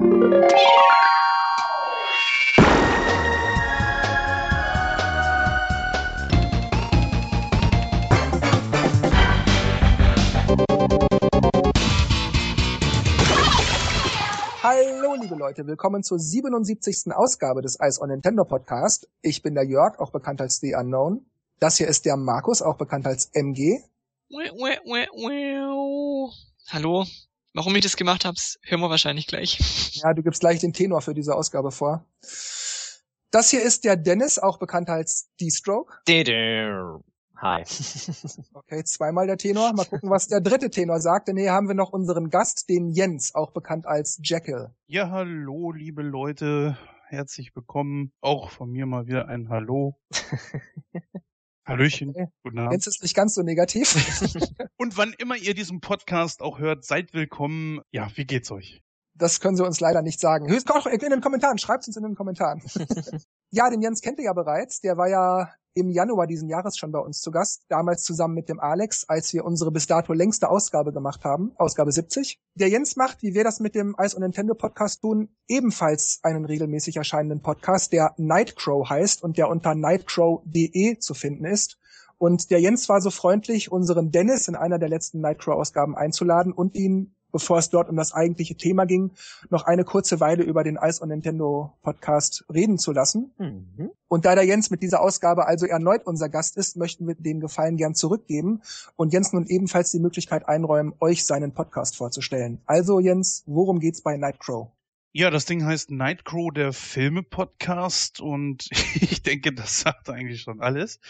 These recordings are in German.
Hallo liebe Leute, willkommen zur 77. Ausgabe des Ice on Nintendo Podcast. Ich bin der Jörg, auch bekannt als The Unknown. Das hier ist der Markus, auch bekannt als MG. Hallo, warum ich das gemacht habe, hören wir wahrscheinlich gleich. Ja, du gibst gleich den Tenor für diese Ausgabe vor. Das hier ist der Dennis, auch bekannt als D-Stroke. Hi. Okay, zweimal der Tenor. Mal gucken, was der dritte Tenor sagt. Denn hier haben wir noch unseren Gast, den Jens, auch bekannt als Jekyll. Ja, hallo, liebe Leute. Herzlich willkommen. Auch von mir mal wieder ein Hallo. Hallöchen. Okay. Guten Abend. Jens ist nicht ganz so negativ. Und wann immer ihr diesen Podcast auch hört, seid willkommen. Ja, wie geht's euch? Das können sie uns leider nicht sagen. Höchst auch in den Kommentaren. Schreibt uns in den Kommentaren. Ja, den Jens kennt ihr ja bereits. Der war ja im Januar diesen Jahres schon bei uns zu Gast. Damals zusammen mit dem Alex, als wir unsere bis dato längste Ausgabe gemacht haben. Ausgabe 70. Der Jens macht, wie wir das mit dem Ice on Nintendo Podcast tun, ebenfalls einen regelmäßig erscheinenden Podcast, der Nightcrow heißt und der unter nightcrow.de zu finden ist. Und der Jens war so freundlich, unseren Dennis in einer der letzten Nightcrow-Ausgaben einzuladen und ihn, bevor es dort um das eigentliche Thema ging, noch eine kurze Weile über den Ice on Nintendo Podcast reden zu lassen. Mhm. Und da der Jens mit dieser Ausgabe also erneut unser Gast ist, möchten wir den Gefallen gern zurückgeben und Jens nun ebenfalls die Möglichkeit einräumen, euch seinen Podcast vorzustellen. Also Jens, worum geht's bei Nightcrow? Ja, das Ding heißt Nightcrow, der Filme-Podcast, und ich denke, das sagt eigentlich schon alles.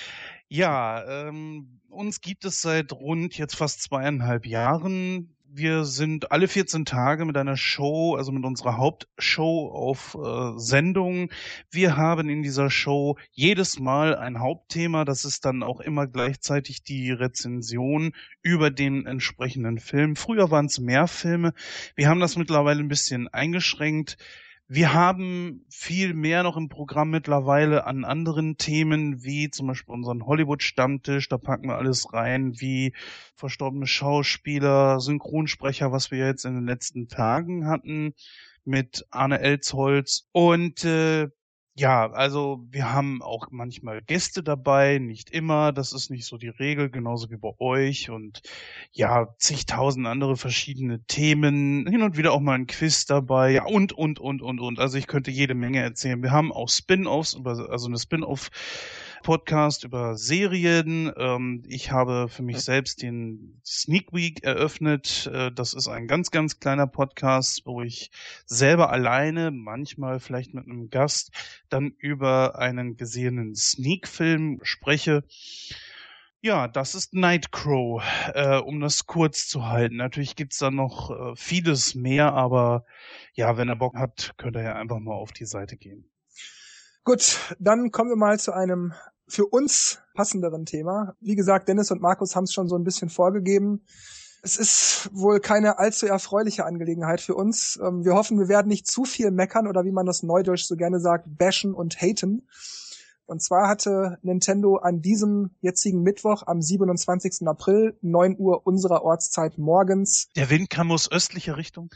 Ja, uns gibt es seit rund jetzt fast 2,5 Jahren. Wir sind alle 14 Tage mit einer Show, also mit unserer Hauptshow auf Sendung. Wir haben in dieser Show jedes Mal ein Hauptthema. Das ist dann auch immer gleichzeitig die Rezension über den entsprechenden Film. Früher waren es mehr Filme. Wir haben das mittlerweile ein bisschen eingeschränkt. Wir haben viel mehr noch im Programm mittlerweile an anderen Themen, wie zum Beispiel unseren Hollywood-Stammtisch. Da packen wir alles rein, wie verstorbene Schauspieler, Synchronsprecher, was wir jetzt in den letzten Tagen hatten mit Arne Elsholz. Und ja, also wir haben auch manchmal Gäste dabei, nicht immer, das ist nicht so die Regel, genauso wie bei euch, und ja, zigtausend andere verschiedene Themen, hin und wieder auch mal ein Quiz dabei, ja, und. Also ich könnte jede Menge erzählen. Wir haben auch Spin-offs, also eine Spin-off-Podcast über Serien. Ich habe für mich selbst den Sneak Week eröffnet. Das ist ein ganz, ganz kleiner Podcast, wo ich selber alleine, manchmal vielleicht mit einem Gast, dann über einen gesehenen Sneak-Film spreche. Ja, das ist Nightcrow, um das kurz zu halten. Natürlich gibt's da noch vieles mehr, aber ja, wenn er Bock hat, könnt ihr ja einfach mal auf die Seite gehen. Gut, dann kommen wir mal zu einem für uns passenderen Thema. Wie gesagt, Dennis und Markus haben es schon so ein bisschen vorgegeben. Es ist wohl keine allzu erfreuliche Angelegenheit für uns. Wir hoffen, wir werden nicht zu viel meckern oder wie man das neudeutsch so gerne sagt, bashen und haten. Und zwar hatte Nintendo an diesem jetzigen Mittwoch am 27. April, 9 Uhr unserer Ortszeit morgens. Der Wind kam aus östlicher Richtung.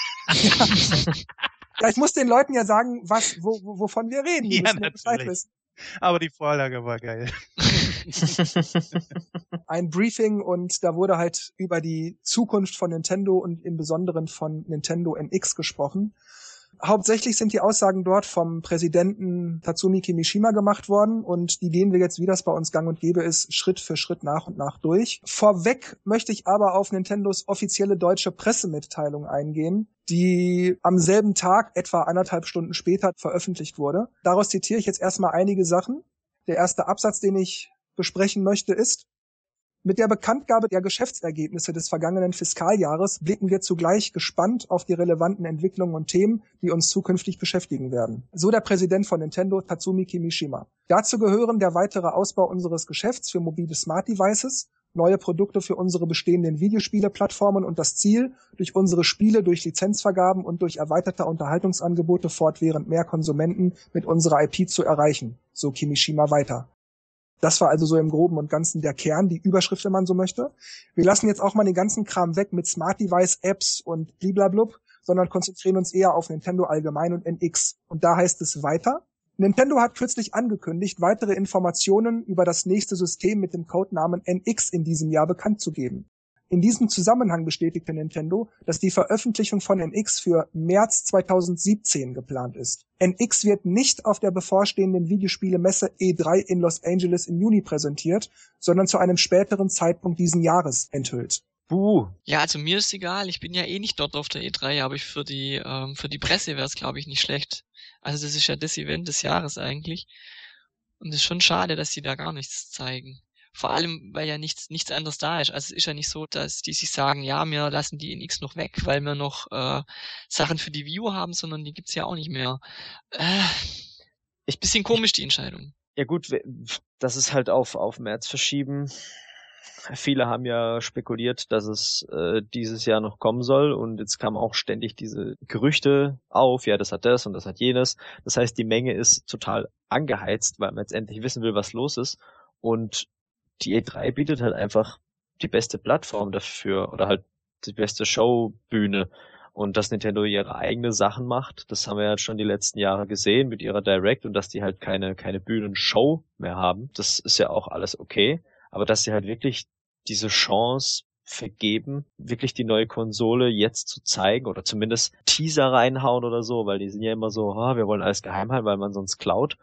Ja, ich muss den Leuten ja sagen, wovon wir reden. Die ja, müssen Bescheid wissen. Aber die Vorlage war geil. Ein Briefing, und da wurde halt über die Zukunft von Nintendo und im Besonderen von Nintendo NX gesprochen. Hauptsächlich sind die Aussagen dort vom Präsidenten Tatsumi Kimishima gemacht worden, und die gehen wir jetzt, wie das bei uns gang und gäbe ist, Schritt für Schritt nach und nach durch. Vorweg möchte ich aber auf Nintendos offizielle deutsche Pressemitteilung eingehen, die am selben Tag, etwa 1,5 Stunden später, veröffentlicht wurde. Daraus zitiere ich jetzt erstmal einige Sachen. Der erste Absatz, den ich besprechen möchte, ist: Mit der Bekanntgabe der Geschäftsergebnisse des vergangenen Fiskaljahres blicken wir zugleich gespannt auf die relevanten Entwicklungen und Themen, die uns zukünftig beschäftigen werden. So der Präsident von Nintendo, Tatsumi Kimishima. Dazu gehören der weitere Ausbau unseres Geschäfts für mobile Smart Devices, neue Produkte für unsere bestehenden Videospiele-Plattformen und das Ziel, durch unsere Spiele, durch Lizenzvergaben und durch erweiterte Unterhaltungsangebote fortwährend mehr Konsumenten mit unserer IP zu erreichen. So Kimishima weiter. Das war also so im Groben und Ganzen der Kern, die Überschrift, wenn man so möchte. Wir lassen jetzt auch mal den ganzen Kram weg mit Smart Device Apps und bliblablub, sondern konzentrieren uns eher auf Nintendo allgemein und NX. Und da heißt es weiter: Nintendo hat kürzlich angekündigt, weitere Informationen über das nächste System mit dem Codenamen NX in diesem Jahr bekannt zu geben. In diesem Zusammenhang bestätigte Nintendo, dass die Veröffentlichung von NX für März 2017 geplant ist. NX wird nicht auf der bevorstehenden Videospielemesse E3 in Los Angeles im Juni präsentiert, sondern zu einem späteren Zeitpunkt diesen Jahres enthüllt. Ja, also mir ist egal, ich bin ja eh nicht dort auf der E3, aber für die Presse wäre es, glaube ich, nicht schlecht. Also das ist ja das Event des Jahres eigentlich. Und es ist schon schade, dass die da gar nichts zeigen. Vor allem, weil ja nichts anderes da ist. Also es ist ja nicht so, dass die sich sagen, ja, wir lassen die NX noch weg, weil wir noch Sachen für die Wii U haben, sondern die gibt's ja auch nicht mehr. Bisschen komisch, die Entscheidung. Ja gut, das ist halt auf März verschieben. Viele haben ja spekuliert, dass es dieses Jahr noch kommen soll, und jetzt kamen auch ständig diese Gerüchte auf, ja, das hat das und das hat jenes. Das heißt, die Menge ist total angeheizt, weil man jetzt endlich wissen will, was los ist, und die E3 bietet halt einfach die beste Plattform dafür oder halt die beste Showbühne. Und dass Nintendo ihre eigene Sachen macht, das haben wir ja schon die letzten Jahre gesehen mit ihrer Direct, und dass die halt keine Bühnenshow mehr haben, das ist ja auch alles okay. Aber dass sie halt wirklich diese Chance vergeben, wirklich die neue Konsole jetzt zu zeigen oder zumindest Teaser reinhauen oder so, weil die sind ja immer so, wir wollen alles geheim halten, weil man sonst klaut.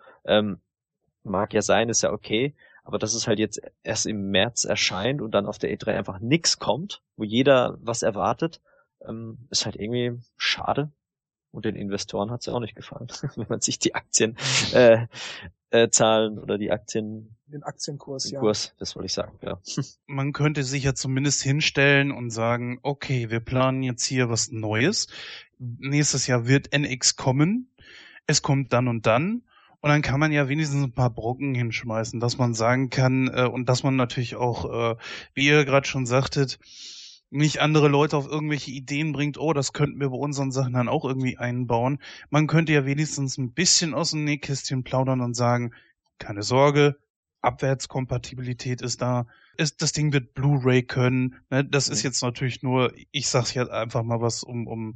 Mag ja sein, ist ja okay. Aber dass es halt jetzt erst im März erscheint und dann auf der E3 einfach nix kommt, wo jeder was erwartet, ist halt irgendwie schade. Und den Investoren hat's ja auch nicht gefallen, wenn man sich die Aktien Zahlen oder die Aktien... Den Aktienkurs, den Kurs, das wollte ich sagen, ja. Man könnte sich ja zumindest hinstellen und sagen, okay, wir planen jetzt hier was Neues. Nächstes Jahr wird NX kommen. Es kommt dann und dann. Und dann kann man ja wenigstens ein paar Brocken hinschmeißen, dass man sagen kann, und dass man natürlich auch, wie ihr gerade schon sagtet, nicht andere Leute auf irgendwelche Ideen bringt, oh, das könnten wir bei unseren Sachen dann auch irgendwie einbauen. Man könnte ja wenigstens ein bisschen aus dem Nähkästchen plaudern und sagen, keine Sorge, Abwärtskompatibilität ist da, das Ding wird Blu-ray können, ne? Das ist jetzt natürlich nur, ich sag's jetzt einfach mal was, um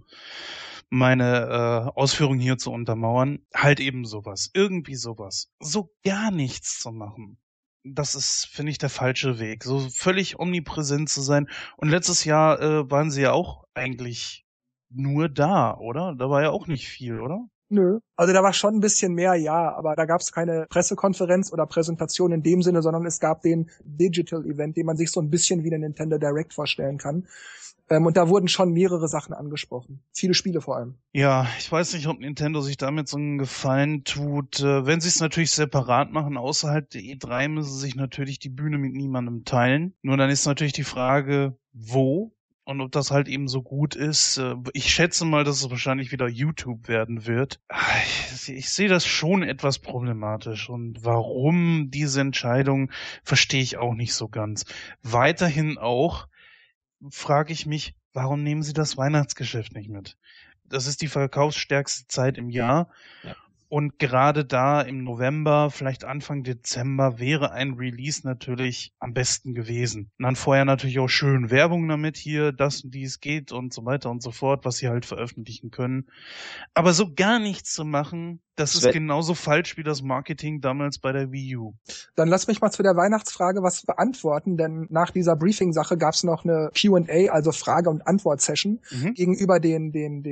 meine Ausführungen hier zu untermauern, halt eben sowas, irgendwie sowas. So gar nichts zu machen, das ist, finde ich, der falsche Weg. So völlig omnipräsent zu sein. Und letztes Jahr waren sie ja auch eigentlich nur da, oder? Da war ja auch nicht viel, oder? Nö. Also da war schon ein bisschen mehr, ja, aber da gab es keine Pressekonferenz oder Präsentation in dem Sinne, sondern es gab den Digital Event, den man sich so ein bisschen wie eine Nintendo Direct vorstellen kann. Und da wurden schon mehrere Sachen angesprochen. Viele Spiele vor allem. Ja, ich weiß nicht, ob Nintendo sich damit so einen Gefallen tut. Wenn sie es natürlich separat machen, außerhalb der E3, müssen sie sich natürlich die Bühne mit niemandem teilen. Nur dann ist natürlich die Frage, wo? Und ob das halt eben so gut ist. Ich schätze mal, dass es wahrscheinlich wieder YouTube werden wird. Ich sehe das schon etwas problematisch. Und warum diese Entscheidung, verstehe ich auch nicht so ganz. Weiterhin auch frage ich mich, warum nehmen sie das Weihnachtsgeschäft nicht mit? Das ist die verkaufsstärkste Zeit im Jahr. Ja. Und gerade da im November, vielleicht Anfang Dezember, wäre ein Release natürlich am besten gewesen. Und dann vorher natürlich auch schön Werbung damit, hier, das und dies geht und so weiter und so fort, was sie halt veröffentlichen können. Aber so gar nichts zu machen, das ist genauso falsch wie das Marketing damals bei der Wii U. Dann lass mich mal zu der Weihnachtsfrage was beantworten, denn nach dieser Briefing-Sache gab es noch eine Q&A, also Frage- und Antwort-Session gegenüber den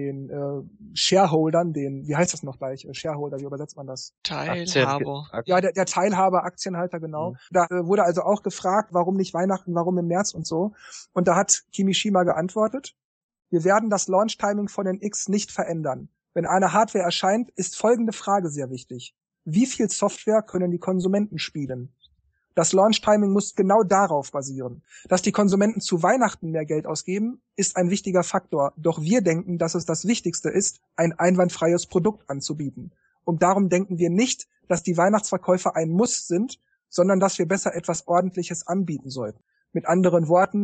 Shareholdern, wie heißt das noch gleich? Shareholder, wie übersetzt man das? Teilhaber. Ja, der Teilhaber, Aktienhalter, genau. Da wurde also auch gefragt, warum nicht Weihnachten, warum im März und so. Und da hat Kimishima geantwortet: Wir werden das Launch-Timing von den X nicht verändern. Wenn eine Hardware erscheint, ist folgende Frage sehr wichtig. Wie viel Software können die Konsumenten spielen? Das Launch-Timing muss genau darauf basieren. Dass die Konsumenten zu Weihnachten mehr Geld ausgeben, ist ein wichtiger Faktor. Doch wir denken, dass es das Wichtigste ist, ein einwandfreies Produkt anzubieten. Und darum denken wir nicht, dass die Weihnachtsverkäufe ein Muss sind, sondern dass wir besser etwas Ordentliches anbieten sollten. Mit anderen Worten,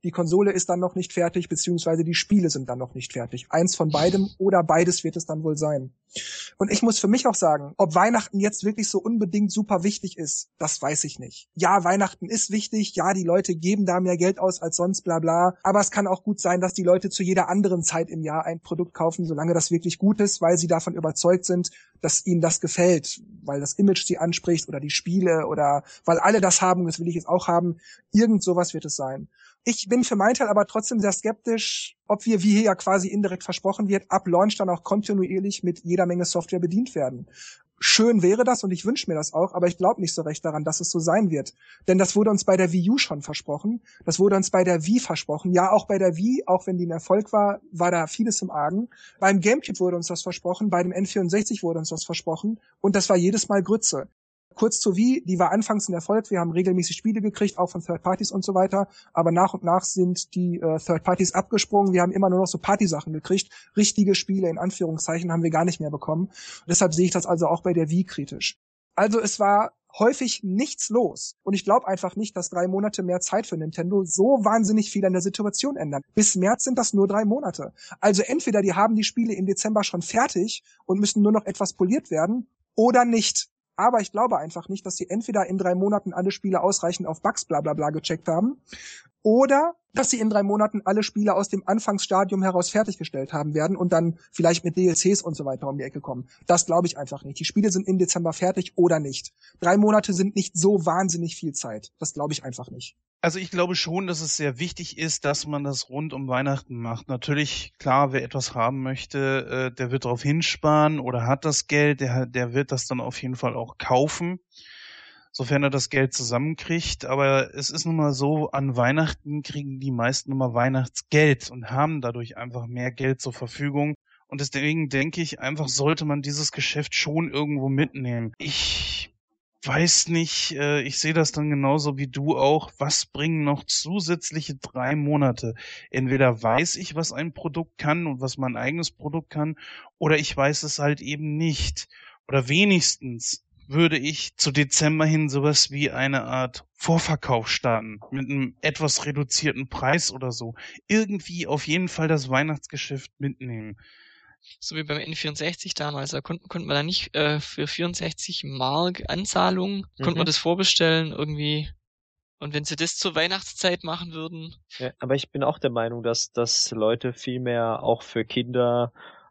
die Konsole ist dann noch nicht fertig, beziehungsweise die Spiele sind dann noch nicht fertig. Eins von beidem oder beides wird es dann wohl sein. Und ich muss für mich auch sagen, ob Weihnachten jetzt wirklich so unbedingt super wichtig ist, das weiß ich nicht. Ja, Weihnachten ist wichtig, ja, die Leute geben da mehr Geld aus als sonst, bla bla, aber es kann auch gut sein, dass die Leute zu jeder anderen Zeit im Jahr ein Produkt kaufen, solange das wirklich gut ist, weil sie davon überzeugt sind, dass ihnen das gefällt, weil das Image sie anspricht oder die Spiele oder weil alle das haben, das will ich jetzt auch haben. Irgend sowas wird es sein. Ich bin für meinen Teil aber trotzdem sehr skeptisch, ob wir, wie hier ja quasi indirekt versprochen wird, ab Launch dann auch kontinuierlich mit jeder Menge Software bedient werden. Schön wäre das und ich wünsche mir das auch, aber ich glaube nicht so recht daran, dass es so sein wird. Denn das wurde uns bei der Wii U schon versprochen, das wurde uns bei der Wii versprochen. Ja, auch bei der Wii, auch wenn die ein Erfolg war, war da vieles im Argen. Beim GameCube wurde uns das versprochen, bei dem N64 wurde uns das versprochen und das war jedes Mal Grütze. Kurz zur Wii, die war anfangs ein Erfolg, wir haben regelmäßig Spiele gekriegt, auch von Third Parties und so weiter, aber nach und nach sind die Third Parties abgesprungen, wir haben immer nur noch so Partysachen gekriegt, richtige Spiele in Anführungszeichen haben wir gar nicht mehr bekommen. Und deshalb sehe ich das also auch bei der Wii kritisch. Also es war häufig nichts los und ich glaube einfach nicht, dass 3 Monate mehr Zeit für Nintendo so wahnsinnig viel an der Situation ändern. Bis März sind das nur 3 Monate. Also entweder die haben die Spiele im Dezember schon fertig und müssen nur noch etwas poliert werden oder nicht. Aber ich glaube einfach nicht, dass sie entweder in 3 Monaten alle Spiele ausreichend auf Bugs bla bla bla gecheckt haben oder dass sie in 3 Monaten alle Spiele aus dem Anfangsstadium heraus fertiggestellt haben werden und dann vielleicht mit DLCs und so weiter um die Ecke kommen. Das glaube ich einfach nicht. Die Spiele sind im Dezember fertig oder nicht. 3 Monate sind nicht so wahnsinnig viel Zeit. Das glaube ich einfach nicht. Also ich glaube schon, dass es sehr wichtig ist, dass man das rund um Weihnachten macht. Natürlich, klar, wer etwas haben möchte, der wird darauf hinsparen oder hat das Geld, der wird das dann auf jeden Fall auch kaufen, sofern er das Geld zusammenkriegt. Aber es ist nun mal so, an Weihnachten kriegen die meisten nun mal Weihnachtsgeld und haben dadurch einfach mehr Geld zur Verfügung. Und deswegen denke ich, einfach sollte man dieses Geschäft schon irgendwo mitnehmen. Ich weiß nicht, ich sehe das dann genauso wie du auch. Was bringen noch zusätzliche 3 Monate? Entweder weiß ich, was ein Produkt kann und was mein eigenes Produkt kann, oder ich weiß es halt eben nicht. Oder wenigstens würde ich zu Dezember hin sowas wie eine Art Vorverkauf starten, mit einem etwas reduzierten Preis oder so. Irgendwie auf jeden Fall das Weihnachtsgeschäft mitnehmen. So wie beim N64 damals, da konnte man da nicht für 64 Mark Anzahlung, konnte man das vorbestellen irgendwie. Und wenn sie das zur Weihnachtszeit machen würden. Ja, aber ich bin auch der Meinung, dass Leute viel mehr auch für Kinder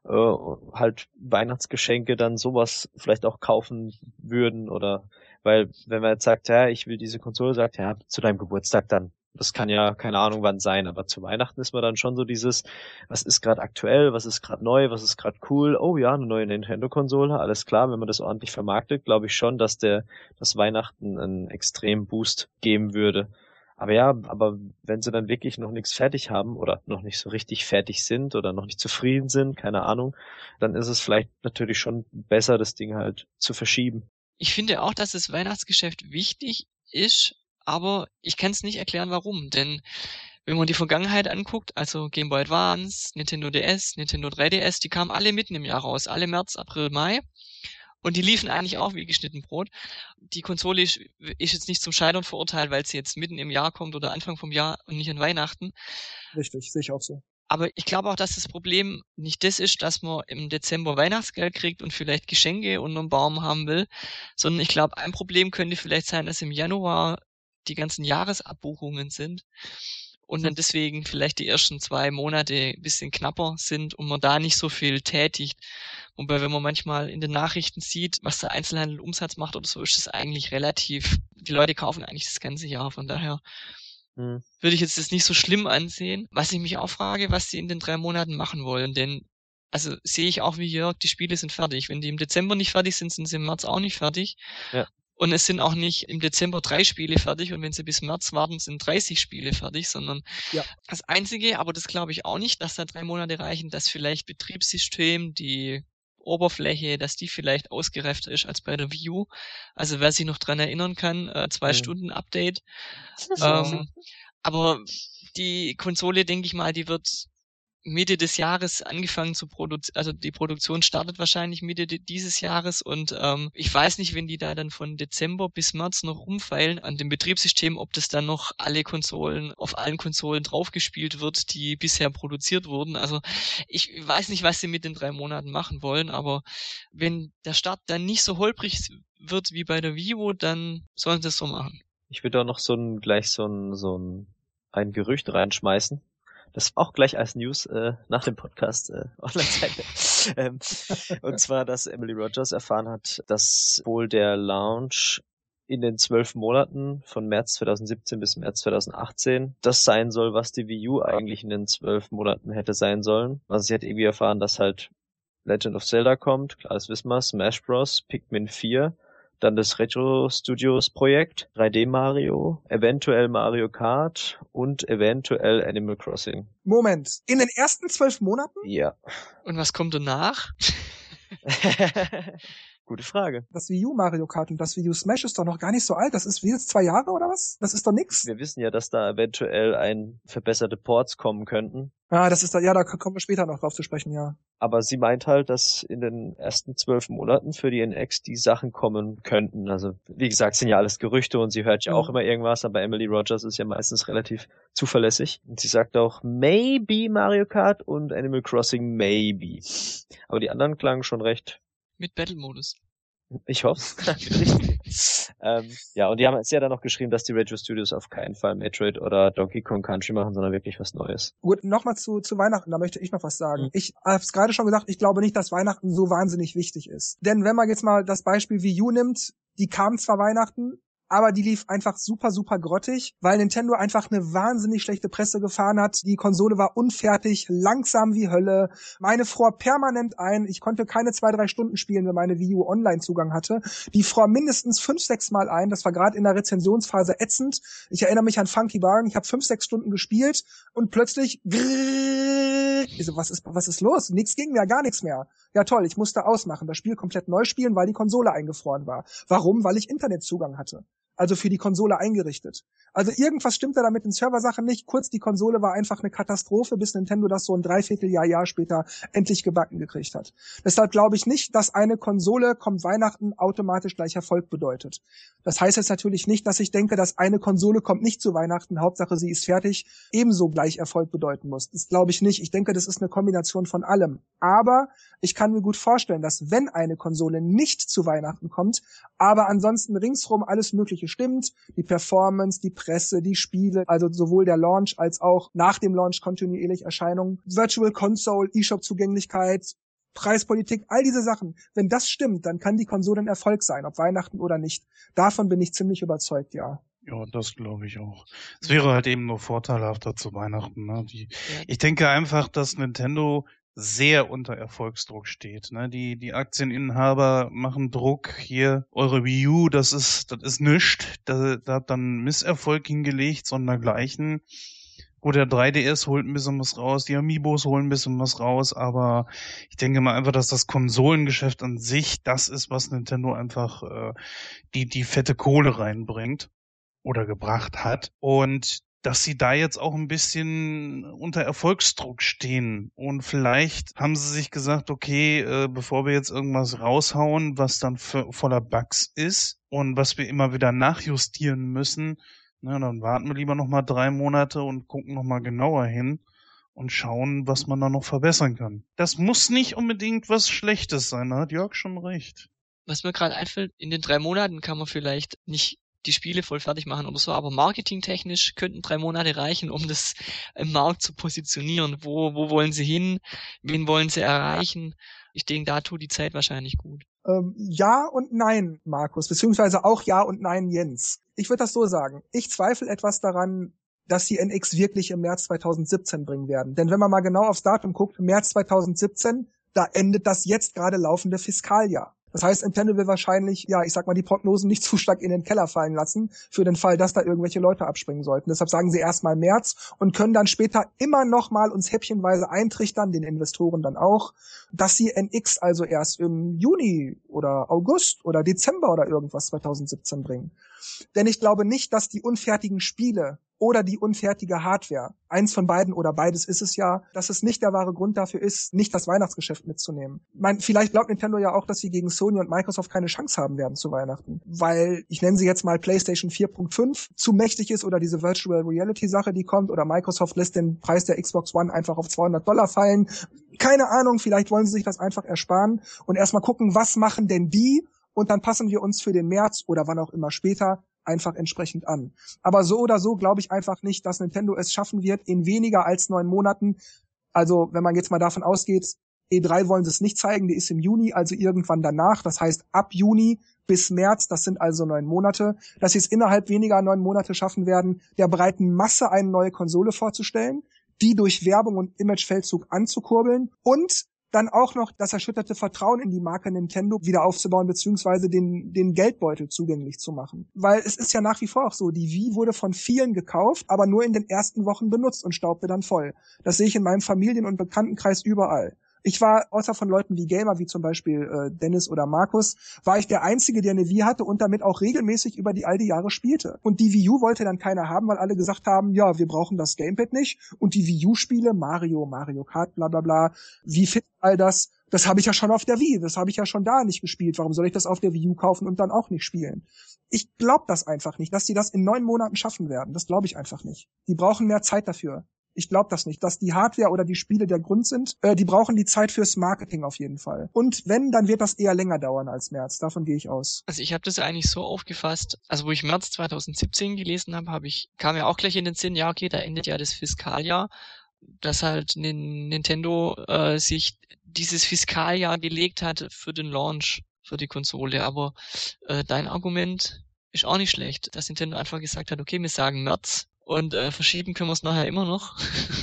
halt Weihnachtsgeschenke dann sowas vielleicht auch kaufen würden oder weil wenn man jetzt sagt, ja, ich will diese Konsole, sagt, ja, zu deinem Geburtstag dann. Das kann ja keine Ahnung wann sein, aber zu Weihnachten ist man dann schon so dieses, was ist gerade aktuell, was ist gerade neu, was ist gerade cool, oh ja, eine neue Nintendo-Konsole, alles klar, wenn man das ordentlich vermarktet, glaube ich schon, dass das Weihnachten einen extremen Boost geben würde. Aber ja, aber wenn sie dann wirklich noch nichts fertig haben oder noch nicht so richtig fertig sind oder noch nicht zufrieden sind, keine Ahnung, dann ist es vielleicht natürlich schon besser, das Ding halt zu verschieben. Ich finde auch, dass das Weihnachtsgeschäft wichtig ist, aber ich kann es nicht erklären, warum. Denn wenn man die Vergangenheit anguckt, also Game Boy Advance, Nintendo DS, Nintendo 3DS, die kamen alle mitten im Jahr raus, alle März, April, Mai. Und die liefen eigentlich auch wie geschnitten Brot. Die Konsole ist jetzt nicht zum Scheitern verurteilt, weil sie jetzt mitten im Jahr kommt oder Anfang vom Jahr und nicht an Weihnachten. Richtig, sehe ich auch so. Aber ich glaube auch, dass das Problem nicht das ist, dass man im Dezember Weihnachtsgeld kriegt und vielleicht Geschenke unter dem Baum haben will, sondern ich glaube, ein Problem könnte vielleicht sein, dass im Januar die ganzen Jahresabbuchungen sind und dann deswegen vielleicht die ersten 2 Monate ein bisschen knapper sind und man da nicht so viel tätigt. Wobei, wenn man manchmal in den Nachrichten sieht, was der Einzelhandel Umsatz macht oder so, ist das eigentlich relativ, die Leute kaufen eigentlich das ganze Jahr, von daher würde ich jetzt das nicht so schlimm ansehen. Was ich mich auch frage, was sie in den 3 Monaten machen wollen, denn also sehe ich auch wie Jörg, die Spiele sind fertig. Wenn die im Dezember nicht fertig sind, sind sie im März auch nicht fertig. Ja. Und es sind auch nicht im Dezember 3 Spiele fertig und wenn sie bis März warten, sind 30 Spiele fertig, sondern das Einzige, aber das glaube ich auch nicht, dass da 3 Monate reichen, dass vielleicht Betriebssystem, die Oberfläche, dass die vielleicht ausgereifter ist als bei der Wii U. Also wer sich noch dran erinnern kann, 2 Stunden Update. Aber die Konsole, denke ich mal, die wird Mitte des Jahres angefangen zu produzieren, also die Produktion startet wahrscheinlich Mitte dieses Jahres und ich weiß nicht, wenn die da dann von Dezember bis März noch rumfeilen an dem Betriebssystem, ob das dann noch auf allen Konsolen draufgespielt wird, die bisher produziert wurden. Also ich weiß nicht, was sie mit den 3 Monaten machen wollen, aber wenn der Start dann nicht so holprig wird wie bei der Wii U, dann sollen sie das so machen. Ich würde auch noch ein Gerücht reinschmeißen. Das auch gleich als News nach dem Podcast online sein. Und zwar, dass Emily Rogers erfahren hat, dass wohl der Launch in den 12 Monaten von März 2017 bis März 2018 das sein soll, was die Wii U eigentlich in den 12 Monaten hätte sein sollen. Also sie hat irgendwie erfahren, dass halt Legend of Zelda kommt, klar, das wissen wir, Smash Bros., Pikmin 4, dann das Retro Studios Projekt, 3D Mario, eventuell Mario Kart und eventuell Animal Crossing. Moment, in den ersten 12 Monaten? Ja. Und was kommt danach? Gute Frage. Das Wii U Mario Kart und das Wii U Smash ist doch noch gar nicht so alt. Das ist wie jetzt 2 Jahre oder was? Das ist doch nix. Wir wissen ja, dass da eventuell verbesserte Ports kommen könnten. Ah, da kommen wir später noch drauf zu sprechen, ja. Aber sie meint halt, dass in den ersten 12 Monaten für die NX die Sachen kommen könnten. Also, wie gesagt, sind ja alles Gerüchte und sie hört ja auch immer irgendwas, aber Emily Rogers ist ja meistens relativ zuverlässig. Und sie sagt auch, maybe Mario Kart und Animal Crossing maybe. Aber die anderen klangen schon recht. Mit Battle-Modus. Ich hoffe. Ja, und sie hat dann noch geschrieben, dass die Retro Studios auf keinen Fall Metroid oder Donkey Kong Country machen, sondern wirklich was Neues. Gut, nochmal zu Weihnachten, da möchte ich noch was sagen. Ich habe es gerade schon gesagt, ich glaube nicht, dass Weihnachten so wahnsinnig wichtig ist. Denn wenn man jetzt mal das Beispiel Wii U nimmt, die kam zwar Weihnachten, aber die lief einfach super, super grottig, weil Nintendo einfach eine wahnsinnig schlechte Presse gefahren hat. Die Konsole war unfertig, langsam wie Hölle. Meine fror permanent ein. Ich konnte keine 2-3 Stunden spielen, wenn meine Wii U Online-Zugang hatte. Die fror mindestens 5-6 Mal ein. Das war gerade in der Rezensionsphase ätzend. Ich erinnere mich an Funky Barn. Ich habe 5-6 Stunden gespielt und plötzlich ich so, was ist los? Nichts ging mehr, gar nichts mehr. Ja toll, ich musste ausmachen, das Spiel komplett neu spielen, weil die Konsole eingefroren war. Warum? Weil ich Internetzugang hatte. Also für die Konsole eingerichtet. Also irgendwas stimmte da mit den Serversachen nicht. Kurz, die Konsole war einfach eine Katastrophe, bis Nintendo das so ein Dreivierteljahr später endlich gebacken gekriegt hat. Deshalb glaube ich nicht, dass eine Konsole kommt Weihnachten automatisch gleich Erfolg bedeutet. Das heißt jetzt natürlich nicht, dass ich denke, dass eine Konsole kommt nicht zu Weihnachten, Hauptsache sie ist fertig, ebenso gleich Erfolg bedeuten muss. Das glaube ich nicht. Ich denke, das ist eine Kombination von allem. Aber ich kann mir gut vorstellen, dass wenn eine Konsole nicht zu Weihnachten kommt, aber ansonsten ringsrum alles Mögliche stimmt, die Performance, die Presse, die Spiele, also sowohl der Launch als auch nach dem Launch kontinuierlich Erscheinungen, Virtual Console, eShop-Zugänglichkeit, Preispolitik, all diese Sachen. Wenn das stimmt, dann kann die Konsole ein Erfolg sein, ob Weihnachten oder nicht. Davon bin ich ziemlich überzeugt, ja. Ja, das glaube ich auch. Es wäre halt eben nur vorteilhafter zu Weihnachten. Ne? Ich denke einfach, dass Nintendo sehr unter Erfolgsdruck steht. Ne? Die Aktieninhaber machen Druck. Hier, eure Wii U, das ist nichts. Da hat dann Misserfolg hingelegt, sondergleichen. Gut, der 3DS holt ein bisschen was raus, die Amiibos holen ein bisschen was raus, aber ich denke mal einfach, dass das Konsolengeschäft an sich das ist, was Nintendo einfach die fette Kohle reinbringt oder gebracht hat. Und dass sie da jetzt auch ein bisschen unter Erfolgsdruck stehen. Und vielleicht haben sie sich gesagt, okay, bevor wir jetzt irgendwas raushauen, was dann voller Bugs ist und was wir immer wieder nachjustieren müssen, na, dann warten wir lieber nochmal 3 Monate und gucken nochmal genauer hin und schauen, was man da noch verbessern kann. Das muss nicht unbedingt was Schlechtes sein, da hat Jörg schon recht. Was mir gerade einfällt, in den 3 Monaten kann man vielleicht nicht die Spiele voll fertig machen oder so, aber marketingtechnisch könnten 3 Monate reichen, um das im Markt zu positionieren. Wo wollen sie hin? Wen wollen sie erreichen? Ich denke, da tut die Zeit wahrscheinlich gut. Ja und nein, Markus, beziehungsweise auch ja und nein, Jens. Ich würde das so sagen. Ich zweifle etwas daran, dass die NX wirklich im März 2017 bringen werden. Denn wenn man mal genau aufs Datum guckt, März 2017, da endet das jetzt gerade laufende Fiskaljahr. Das heißt, Nintendo will wahrscheinlich, ja, ich sag mal, die Prognosen nicht zu stark in den Keller fallen lassen, für den Fall, dass da irgendwelche Leute abspringen sollten. Deshalb sagen sie erstmal März und können dann später immer noch mal uns häppchenweise eintrichtern, den Investoren dann auch, dass sie NX also erst im Juni oder August oder Dezember oder irgendwas 2017 bringen. Denn ich glaube nicht, dass die unfertigen Spiele oder die unfertige Hardware. Eins von beiden oder beides ist es ja, dass es nicht der wahre Grund dafür ist, nicht das Weihnachtsgeschäft mitzunehmen. Vielleicht glaubt Nintendo ja auch, dass sie gegen Sony und Microsoft keine Chance haben werden zu Weihnachten, weil, ich nenne sie jetzt mal PlayStation 4.5, zu mächtig ist oder diese Virtual Reality Sache, die kommt, oder Microsoft lässt den Preis der Xbox One einfach auf $200 fallen. Keine Ahnung, vielleicht wollen sie sich das einfach ersparen und erstmal gucken, was machen denn die, und dann passen wir uns für den März oder wann auch immer später einfach entsprechend an. Aber so oder so glaube ich einfach nicht, dass Nintendo es schaffen wird, in weniger als 9 Monaten, also wenn man jetzt mal davon ausgeht, E3 wollen sie es nicht zeigen, die ist im Juni, also irgendwann danach, das heißt ab Juni bis März, das sind also 9 Monate, dass sie es innerhalb weniger 9 Monate schaffen werden, der breiten Masse eine neue Konsole vorzustellen, die durch Werbung und Imagefeldzug anzukurbeln und dann auch noch das erschütterte Vertrauen in die Marke Nintendo wieder aufzubauen, beziehungsweise den Geldbeutel zugänglich zu machen. Weil es ist ja nach wie vor auch so, die Wii wurde von vielen gekauft, aber nur in den ersten Wochen benutzt und staubte dann voll. Das sehe ich in meinem Familien- und Bekanntenkreis überall. Ich war, außer von Leuten wie Gamer, wie zum Beispiel Dennis oder Markus, war ich der Einzige, der eine Wii hatte und damit auch regelmäßig über all die Jahre spielte. Und die Wii U wollte dann keiner haben, weil alle gesagt haben, ja, wir brauchen das Gamepad nicht. Und die Wii U-Spiele, Mario Kart, bla bla bla, wie fit all das habe ich ja schon auf der Wii, das habe ich ja schon da nicht gespielt. Warum soll ich das auf der Wii U kaufen und dann auch nicht spielen? Ich glaube das einfach nicht, dass die das in 9 Monaten schaffen werden. Das glaube ich einfach nicht. Die brauchen mehr Zeit dafür. Ich glaube das nicht, dass die Hardware oder die Spiele der Grund sind. Die brauchen die Zeit fürs Marketing auf jeden Fall. Und wenn, dann wird das eher länger dauern als März. Davon gehe ich aus. Also ich habe das ja eigentlich so aufgefasst, also wo ich März 2017 gelesen habe, kam ja auch gleich in den Sinn, ja okay, da endet ja das Fiskaljahr, dass halt Nintendo sich dieses Fiskaljahr gelegt hat für den Launch für die Konsole. Aber dein Argument ist auch nicht schlecht, dass Nintendo einfach gesagt hat, okay, wir sagen März und verschieben können wir es nachher immer noch.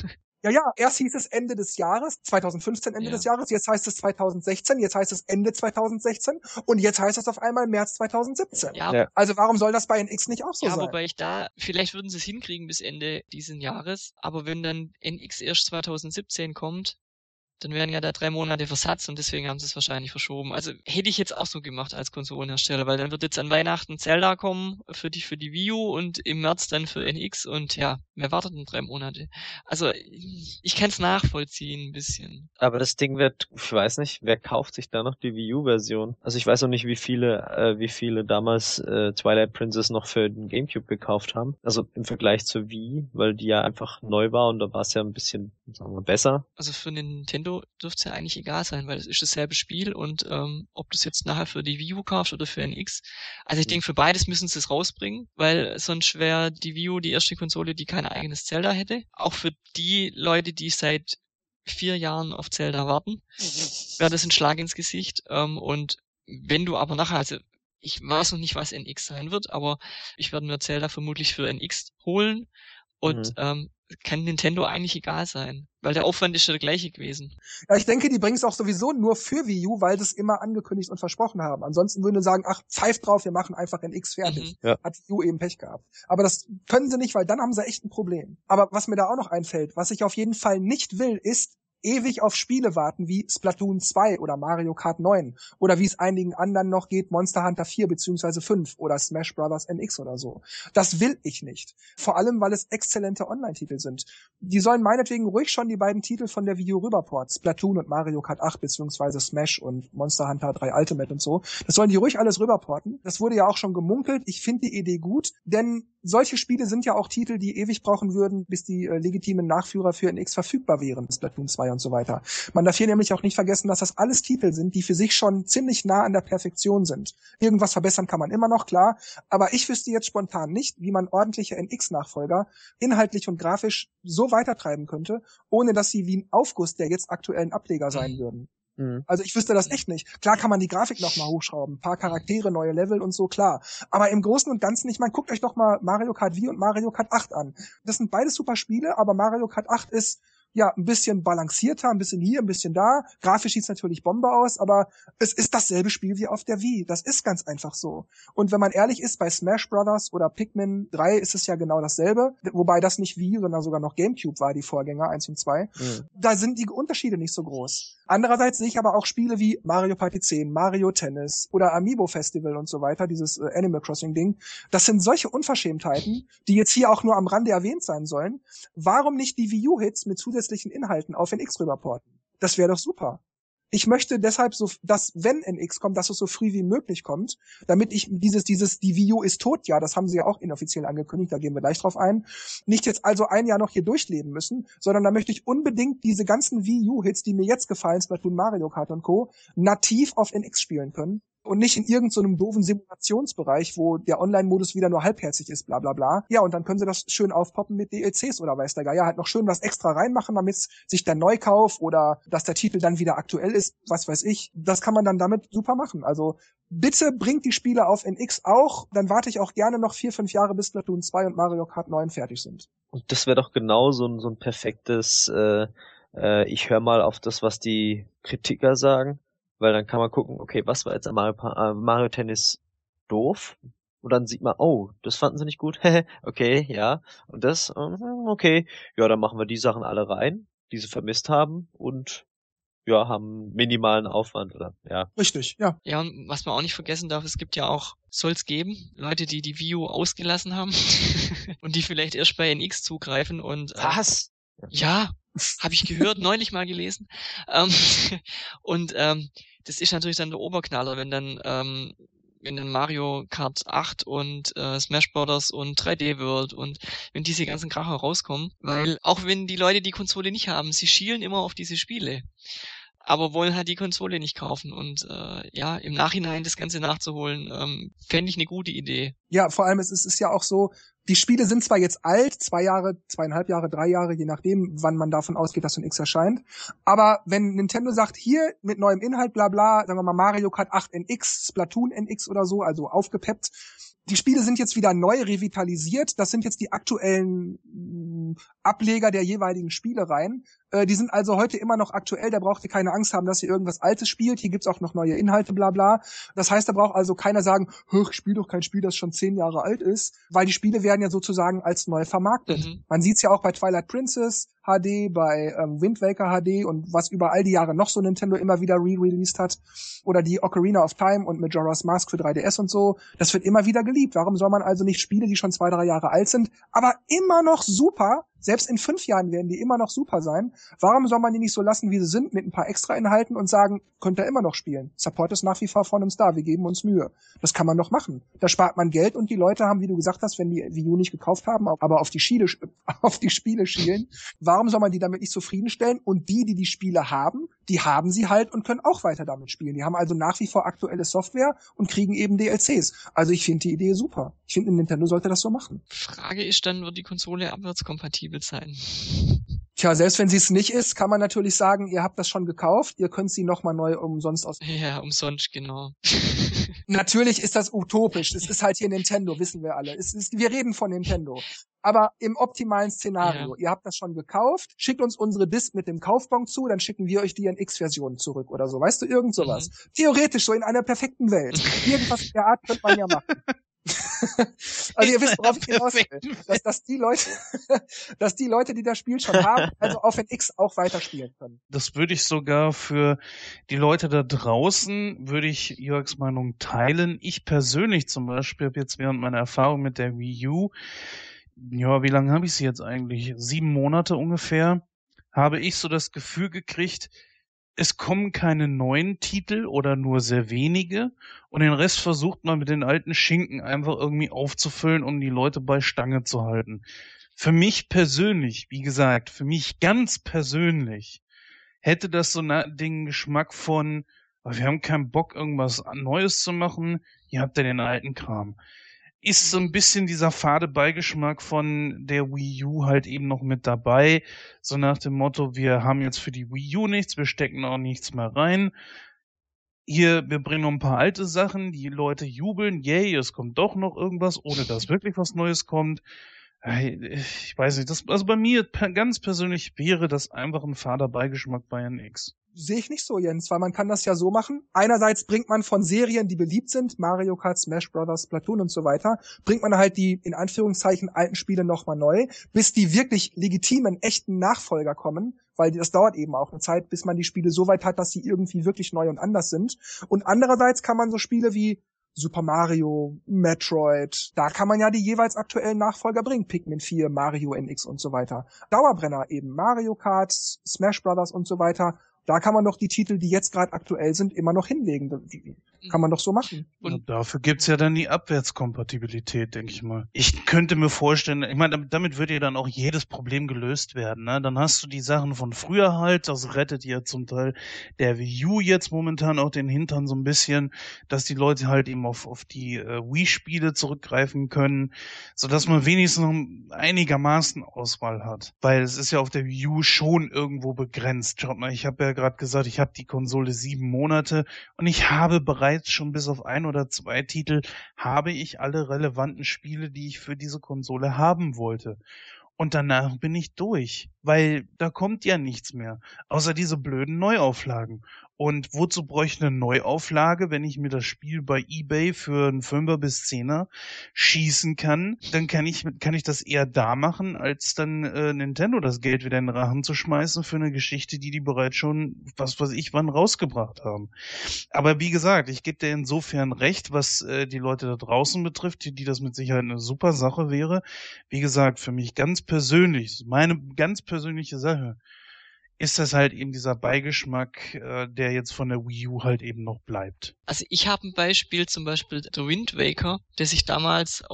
Ja, erst hieß es Ende des Jahres, 2015 Ende des Jahres, jetzt heißt es 2016, jetzt heißt es Ende 2016 und jetzt heißt es auf einmal März 2017. Ja. Also warum soll das bei NX nicht auch so sein? Ja, wobei vielleicht würden sie es hinkriegen bis Ende diesen Jahres, aber wenn dann NX erst 2017 kommt, dann wären ja da 3 Monate Versatz und deswegen haben sie es wahrscheinlich verschoben. Also hätte ich jetzt auch so gemacht als Konsolenhersteller, weil dann wird jetzt an Weihnachten Zelda kommen für die Wii U und im März dann für NX und ja, wer wartet denn 3 Monate? Also ich kann es nachvollziehen ein bisschen. Aber das Ding wird, ich weiß nicht, wer kauft sich da noch die Wii U-Version? Also ich weiß auch nicht, wie viele damals Twilight Princess noch für den GameCube gekauft haben. Also im Vergleich zur Wii, weil die ja einfach neu war und da war es ja ein bisschen, sagen wir, besser. Also für Nintendo dürfte es ja eigentlich egal sein, weil es ist dasselbe Spiel und ob du es jetzt nachher für die Wii U kaufst oder für NX. Also ich denke, für beides müssen sie es rausbringen, weil sonst wäre die Wii U die erste Konsole, die kein eigenes Zelda hätte. Auch für die Leute, die seit 4 Jahren auf Zelda warten, wäre das ein Schlag ins Gesicht. Und wenn du aber nachher, also ich weiß noch nicht, was NX sein wird, aber ich werde mir Zelda vermutlich für NX holen und kann Nintendo eigentlich egal sein, weil der Aufwand ist ja der gleiche gewesen. Ja, ich denke, die bringen es auch sowieso nur für Wii U, weil sie es immer angekündigt und versprochen haben. Ansonsten würden sie sagen, ach, pfeift drauf, wir machen einfach NX fertig. Ja. Hat Wii U eben Pech gehabt. Aber das können sie nicht, weil dann haben sie echt ein Problem. Aber was mir da auch noch einfällt, was ich auf jeden Fall nicht will, ist ewig auf Spiele warten wie Splatoon 2 oder Mario Kart 9 oder wie es einigen anderen noch geht, Monster Hunter 4 bzw. 5 oder Smash Bros. NX oder so. Das will ich nicht. Vor allem, weil es exzellente Online-Titel sind. Die sollen meinetwegen ruhig schon die beiden Titel von der Wii U rüberporten, Splatoon und Mario Kart 8 bzw. Smash und Monster Hunter 3 Ultimate und so. Das sollen die ruhig alles rüberporten. Das wurde ja auch schon gemunkelt. Ich finde die Idee gut, denn solche Spiele sind ja auch Titel, die ewig brauchen würden, bis die legitimen Nachführer für NX verfügbar wären, Splatoon 2 und so weiter. Man darf hier nämlich auch nicht vergessen, dass das alles Titel sind, die für sich schon ziemlich nah an der Perfektion sind. Irgendwas verbessern kann man immer noch, klar, aber ich wüsste jetzt spontan nicht, wie man ordentliche NX-Nachfolger inhaltlich und grafisch so weitertreiben könnte, ohne dass sie wie ein Aufguss der jetzt aktuellen Ableger sein würden. Also ich wüsste das echt nicht. Klar kann man die Grafik noch mal hochschrauben, ein paar Charaktere, neue Level und so, klar. Aber im Großen und Ganzen, ich meine, guckt euch doch mal Mario Kart Wii und Mario Kart 8 an. Das sind beides super Spiele, aber Mario Kart 8 ist ja ein bisschen balancierter, ein bisschen hier, ein bisschen da. Grafisch sieht's natürlich Bombe aus, aber es ist dasselbe Spiel wie auf der Wii. Das ist ganz einfach so. Und wenn man ehrlich ist, bei Smash Bros. Oder Pikmin 3 ist es ja genau dasselbe, wobei das nicht Wii, sondern sogar noch GameCube war, die Vorgänger 1 und 2. Da sind die Unterschiede nicht so groß. Andererseits sehe ich aber auch Spiele wie Mario Party 10, Mario Tennis oder Amiibo Festival und so weiter, dieses Animal Crossing Ding. Das sind solche Unverschämtheiten, die jetzt hier auch nur am Rande erwähnt sein sollen. Warum nicht die Wii U-Hits mit zusätzlichen Inhalten auf NX rüberporten? Das wäre doch super. Ich möchte deshalb so, dass, wenn NX kommt, dass es so früh wie möglich kommt, damit ich die Wii U ist tot, ja, das haben sie ja auch inoffiziell angekündigt, da gehen wir gleich drauf ein, nicht jetzt also ein Jahr noch hier durchleben müssen, sondern da möchte ich unbedingt diese ganzen Wii U-Hits, die mir jetzt gefallen, Splatoon, Mario Kart und Co., nativ auf NX spielen können. Und nicht in irgendeinem doofen Simulationsbereich, wo der Online-Modus wieder nur halbherzig ist, bla bla bla. Ja, und dann können sie das schön aufpoppen mit DLCs oder weiß der Geier, halt noch schön was extra reinmachen, damit sich der Neukauf oder dass der Titel dann wieder aktuell ist, was weiß ich. Das kann man dann damit super machen. Also bitte bringt die Spiele auf NX auch, dann warte ich auch gerne noch 4-5 Jahre, bis Splatoon 2 und Mario Kart 9 fertig sind. Und das wäre doch genau so ein perfektes, ich höre mal auf das, was die Kritiker sagen. Weil dann kann man gucken, okay, was war jetzt am Mario Tennis doof? Und dann sieht man, oh, das fanden sie nicht gut. Okay, ja. Und das, okay. Ja, dann machen wir die Sachen alle rein, die sie vermisst haben und ja, haben minimalen Aufwand, oder? Ja. Richtig, ja. Ja, und was man auch nicht vergessen darf, es gibt ja auch, soll's geben, Leute, die die Wii U ausgelassen haben und die vielleicht erst bei NX zugreifen und Was? Ja, habe ich gehört, neulich mal gelesen. Und das ist natürlich dann der Oberknaller, wenn dann Mario Kart 8 und Smash Brothers und 3D World und wenn diese ganzen Kracher rauskommen, weil auch wenn die Leute die Konsole nicht haben, sie schielen immer auf diese Spiele, aber wollen halt die Konsole nicht kaufen und ja, im Nachhinein das Ganze nachzuholen, fände ich eine gute Idee. Ja, vor allem es ist ja auch so, die Spiele sind zwar jetzt alt, 2 Jahre, 2,5 Jahre, 3 Jahre, je nachdem, wann man davon ausgeht, dass so ein X erscheint. Aber wenn Nintendo sagt, hier mit neuem Inhalt, bla bla, sagen wir mal Mario Kart 8 NX, Splatoon NX oder so, also aufgepeppt, die Spiele sind jetzt wieder neu revitalisiert. Das sind jetzt die aktuellen Ableger der jeweiligen Spielereien. Die sind also heute immer noch aktuell. Da braucht ihr keine Angst haben, dass ihr irgendwas Altes spielt. Hier gibt's auch noch neue Inhalte, bla bla. Das heißt, da braucht also keiner sagen, ich spiele doch kein Spiel, das schon 10 Jahre alt ist, weil die Spiele werden ja sozusagen als neu vermarktet. Man sieht's ja auch bei Twilight Princess HD, bei Wind Waker HD und was über all die Jahre noch so Nintendo immer wieder re-released hat. Oder die Ocarina of Time und Majora's Mask für 3DS und so. Das wird immer wieder geliebt. Warum soll man also nicht Spiele, die schon 2-3 Jahre alt sind, aber immer noch super, selbst in 5 Jahren werden die immer noch super sein, warum soll man die nicht so lassen, wie sie sind, mit ein paar Extra-Inhalten und sagen, könnt ihr immer noch spielen. Support ist nach wie vor von einem Star, wir geben uns Mühe. Das kann man doch machen. Da spart man Geld und die Leute haben, wie du gesagt hast, wenn die Wii U nicht gekauft haben, aber auf die Spiele schielen, warum soll man die damit nicht zufriedenstellen? Und die Spiele haben, die haben sie halt und können auch weiter damit spielen. Die haben also nach wie vor aktuelle Software und kriegen eben DLCs. Also ich finde die Idee super. Ich finde, Nintendo sollte das so machen. Frage ist dann, wird die Konsole abwärtskompatibel sein? Tja, selbst wenn sie es nicht ist, kann man natürlich sagen, ihr habt das schon gekauft, ihr könnt sie nochmal neu umsonst aus... Ja, umsonst, genau. Natürlich ist das utopisch. Es ist halt hier Nintendo, wissen wir alle. Wir reden von Nintendo. Aber im optimalen Szenario, Ihr habt das schon gekauft, schickt uns unsere Disc mit dem Kaufbon zu, dann schicken wir euch die in X-Version zurück oder so. Weißt du, irgend sowas. Theoretisch, so in einer perfekten Welt. Irgendwas in der Art könnte man ja machen. Also ihr wisst, worauf ich hinaus will. Dass die Leute, die das Spiel schon haben, also auf NX auch weiterspielen können. Das würde ich sogar für die Leute da draußen, würde ich Jörgs Meinung teilen. Ich persönlich zum Beispiel habe jetzt während meiner Erfahrung mit der Wii U, ja, wie lange habe ich sie jetzt eigentlich? 7 Monate ungefähr, habe ich so das Gefühl gekriegt, es kommen keine neuen Titel oder nur sehr wenige und den Rest versucht man mit den alten Schinken einfach irgendwie aufzufüllen, um die Leute bei Stange zu halten. Für mich persönlich, wie gesagt, für mich ganz persönlich, hätte das so den Geschmack von, wir haben keinen Bock, irgendwas Neues zu machen, ihr habt ja den alten Kram. Ist so ein bisschen dieser fade Beigeschmack von der Wii U halt eben noch mit dabei. So nach dem Motto, wir haben jetzt für die Wii U nichts, wir stecken auch nichts mehr rein. Hier, wir bringen noch ein paar alte Sachen, die Leute jubeln, yay, es kommt doch noch irgendwas, ohne dass wirklich was Neues kommt. Ich weiß nicht, also bei mir ganz persönlich wäre das einfach ein fader Beigeschmack bei NX. Sehe ich nicht so, Jens, weil man kann das ja so machen. Einerseits bringt man von Serien, die beliebt sind, Mario Kart, Smash Brothers, Splatoon und so weiter, bringt man halt die, in Anführungszeichen, alten Spiele nochmal neu, bis die wirklich legitimen, echten Nachfolger kommen, weil das dauert eben auch eine Zeit, bis man die Spiele so weit hat, dass sie irgendwie wirklich neu und anders sind. Und andererseits kann man so Spiele wie Super Mario, Metroid, da kann man ja die jeweils aktuellen Nachfolger bringen. Pikmin 4, Mario NX und so weiter. Dauerbrenner eben, Mario Kart, Smash Brothers und so weiter. Da kann man doch die Titel, die jetzt gerade aktuell sind, immer noch hinlegen. Kann man doch so machen. Und dafür gibt's ja dann die Abwärtskompatibilität, denke ich mal. Ich könnte mir vorstellen, ich meine, damit wird ja dann auch jedes Problem gelöst werden, ne? Dann hast du die Sachen von früher halt, das rettet ja zum Teil der Wii U jetzt momentan auch den Hintern so ein bisschen, dass die Leute halt eben auf die Wii-Spiele zurückgreifen können, sodass man wenigstens noch einigermaßen Auswahl hat. Weil es ist ja auf der Wii U schon irgendwo begrenzt. Schaut mal, ich habe ja gerade gesagt, ich habe die Konsole 7 Monate und ich habe bereits schon bis auf 1 oder 2 Titel habe ich alle relevanten Spiele, die ich für diese Konsole haben wollte. Und danach bin ich durch, weil da kommt ja nichts mehr, außer diese blöden Neuauflagen. Und wozu bräuchte ich eine Neuauflage, wenn ich mir das Spiel bei eBay für einen 5er bis 10er schießen kann? Dann kann ich das eher da machen, als dann Nintendo das Geld wieder in den Rachen zu schmeißen für eine Geschichte, die bereits schon, was weiß ich, wann rausgebracht haben. Aber wie gesagt, ich gebe dir insofern recht, was die Leute da draußen betrifft, die das mit Sicherheit eine super Sache wäre. Wie gesagt, für mich ganz persönlich, meine ganz persönliche Sache, ist das halt eben dieser Beigeschmack, der jetzt von der Wii U halt eben noch bleibt. Also ich habe ein Beispiel, zum Beispiel The Wind Waker, der sich damals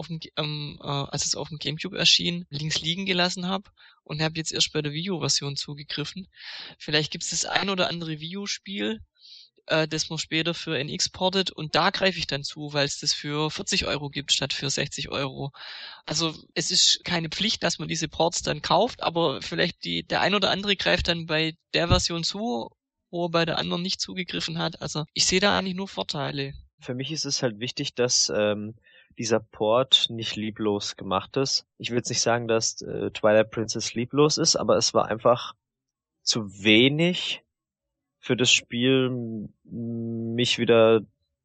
als es auf dem GameCube erschien, links liegen gelassen habe und habe jetzt erst bei der Wii U-Version zugegriffen. Vielleicht gibt es das ein oder andere Wii U-Spiel, das man später für NX portet und da greife ich dann zu, weil es das für 40 € gibt statt für 60 €. Also es ist keine Pflicht, dass man diese Ports dann kauft, aber vielleicht der ein oder andere greift dann bei der Version zu, wo er bei der anderen nicht zugegriffen hat. Also ich sehe da eigentlich nur Vorteile. Für mich ist es halt wichtig, dass dieser Port nicht lieblos gemacht ist. Ich will jetzt nicht sagen, dass Twilight Princess lieblos ist, aber es war einfach zu wenig für das Spiel mich wieder,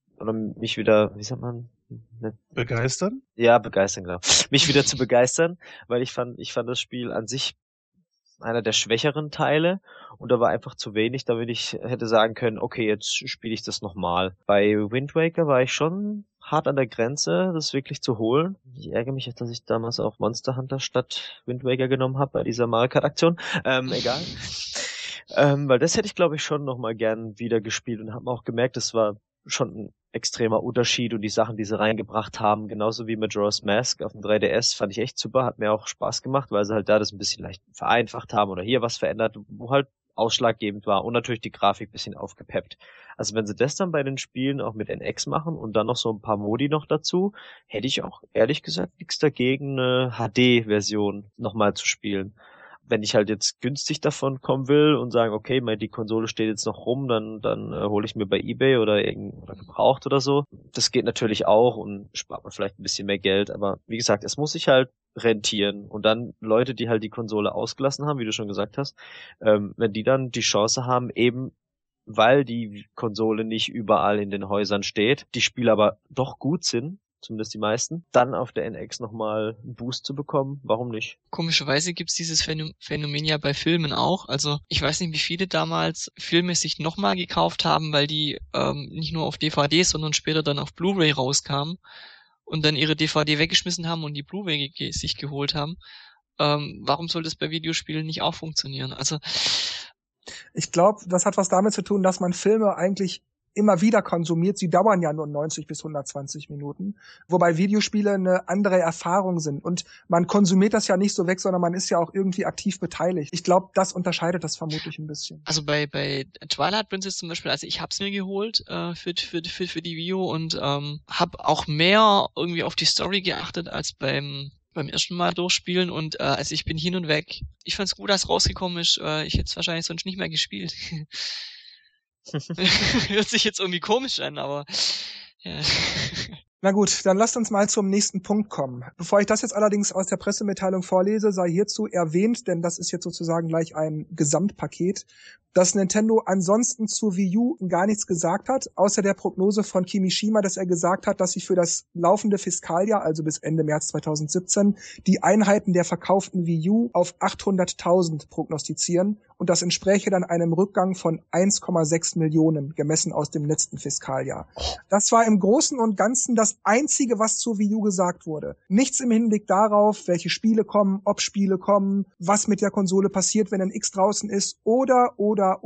wie sagt man? Begeistern? Ja, begeistern, genau. Mich wieder zu begeistern, weil ich fand das Spiel an sich einer der schwächeren Teile und da war einfach zu wenig, damit ich hätte sagen können, okay, jetzt spiele ich das nochmal. Bei Wind Waker war ich schon hart an der Grenze, das wirklich zu holen. Ich ärgere mich, dass ich damals auch Monster Hunter statt Wind Waker genommen habe bei dieser Mario Kart Aktion. Egal. Weil das hätte ich, glaube ich, schon nochmal gern wieder gespielt und habe auch gemerkt, es war schon ein extremer Unterschied und die Sachen, die sie reingebracht haben, genauso wie Majora's Mask auf dem 3DS, fand ich echt super, hat mir auch Spaß gemacht, weil sie halt da das ein bisschen leicht vereinfacht haben oder hier was verändert, wo halt ausschlaggebend war und natürlich die Grafik ein bisschen aufgepeppt. Also wenn sie das dann bei den Spielen auch mit NX machen und dann noch so ein paar Modi noch dazu, hätte ich auch ehrlich gesagt nichts dagegen, eine HD-Version nochmal zu spielen. Wenn ich halt jetzt günstig davon kommen will und sagen, okay, die Konsole steht jetzt noch rum, dann hole ich mir bei eBay oder gebraucht oder so. Das geht natürlich auch und spart man vielleicht ein bisschen mehr Geld, aber wie gesagt, es muss sich halt rentieren. Und dann Leute, die halt die Konsole ausgelassen haben, wie du schon gesagt hast, wenn die dann die Chance haben, eben weil die Konsole nicht überall in den Häusern steht, die Spiele aber doch gut sind, zumindest die meisten, dann auf der NX nochmal einen Boost zu bekommen, warum nicht? Komischerweise gibt's dieses Phänomen ja bei Filmen auch. Also ich weiß nicht, wie viele damals Filme sich nochmal gekauft haben, weil die nicht nur auf DVD, sondern später dann auf Blu-ray rauskamen und dann ihre DVD weggeschmissen haben und die Blu-ray sich geholt haben. Warum soll das bei Videospielen nicht auch funktionieren? Also ich glaube, das hat was damit zu tun, dass man Filme eigentlich immer wieder konsumiert. Sie dauern ja nur 90 bis 120 Minuten, wobei Videospiele eine andere Erfahrung sind. Und man konsumiert das ja nicht so weg, sondern man ist ja auch irgendwie aktiv beteiligt. Ich glaube, das unterscheidet das vermutlich ein bisschen. Also bei Twilight Princess zum Beispiel, also ich hab's mir geholt für die Wii U und hab auch mehr irgendwie auf die Story geachtet als beim ersten Mal durchspielen und also ich bin hin und weg. Ich fand's gut, dass rausgekommen ist. Ich hätte es wahrscheinlich sonst nicht mehr gespielt. Hört sich jetzt irgendwie komisch an, aber ja. Na gut, dann lasst uns mal zum nächsten Punkt kommen. Bevor ich das jetzt allerdings aus der Pressemitteilung vorlese, sei hierzu erwähnt, denn das ist jetzt sozusagen gleich ein Gesamtpaket, dass Nintendo ansonsten zu Wii U gar nichts gesagt hat, außer der Prognose von Kimishima, dass er gesagt hat, dass sie für das laufende Fiskaljahr, also bis Ende März 2017, die Einheiten der verkauften Wii U auf 800.000 prognostizieren und das entspräche dann einem Rückgang von 1,6 Millionen, gemessen aus dem letzten Fiskaljahr. Das war im Großen und Ganzen das Einzige, was zur Wii U gesagt wurde. Nichts im Hinblick darauf, welche Spiele kommen, ob Spiele kommen, was mit der Konsole passiert, wenn ein X draußen ist oder.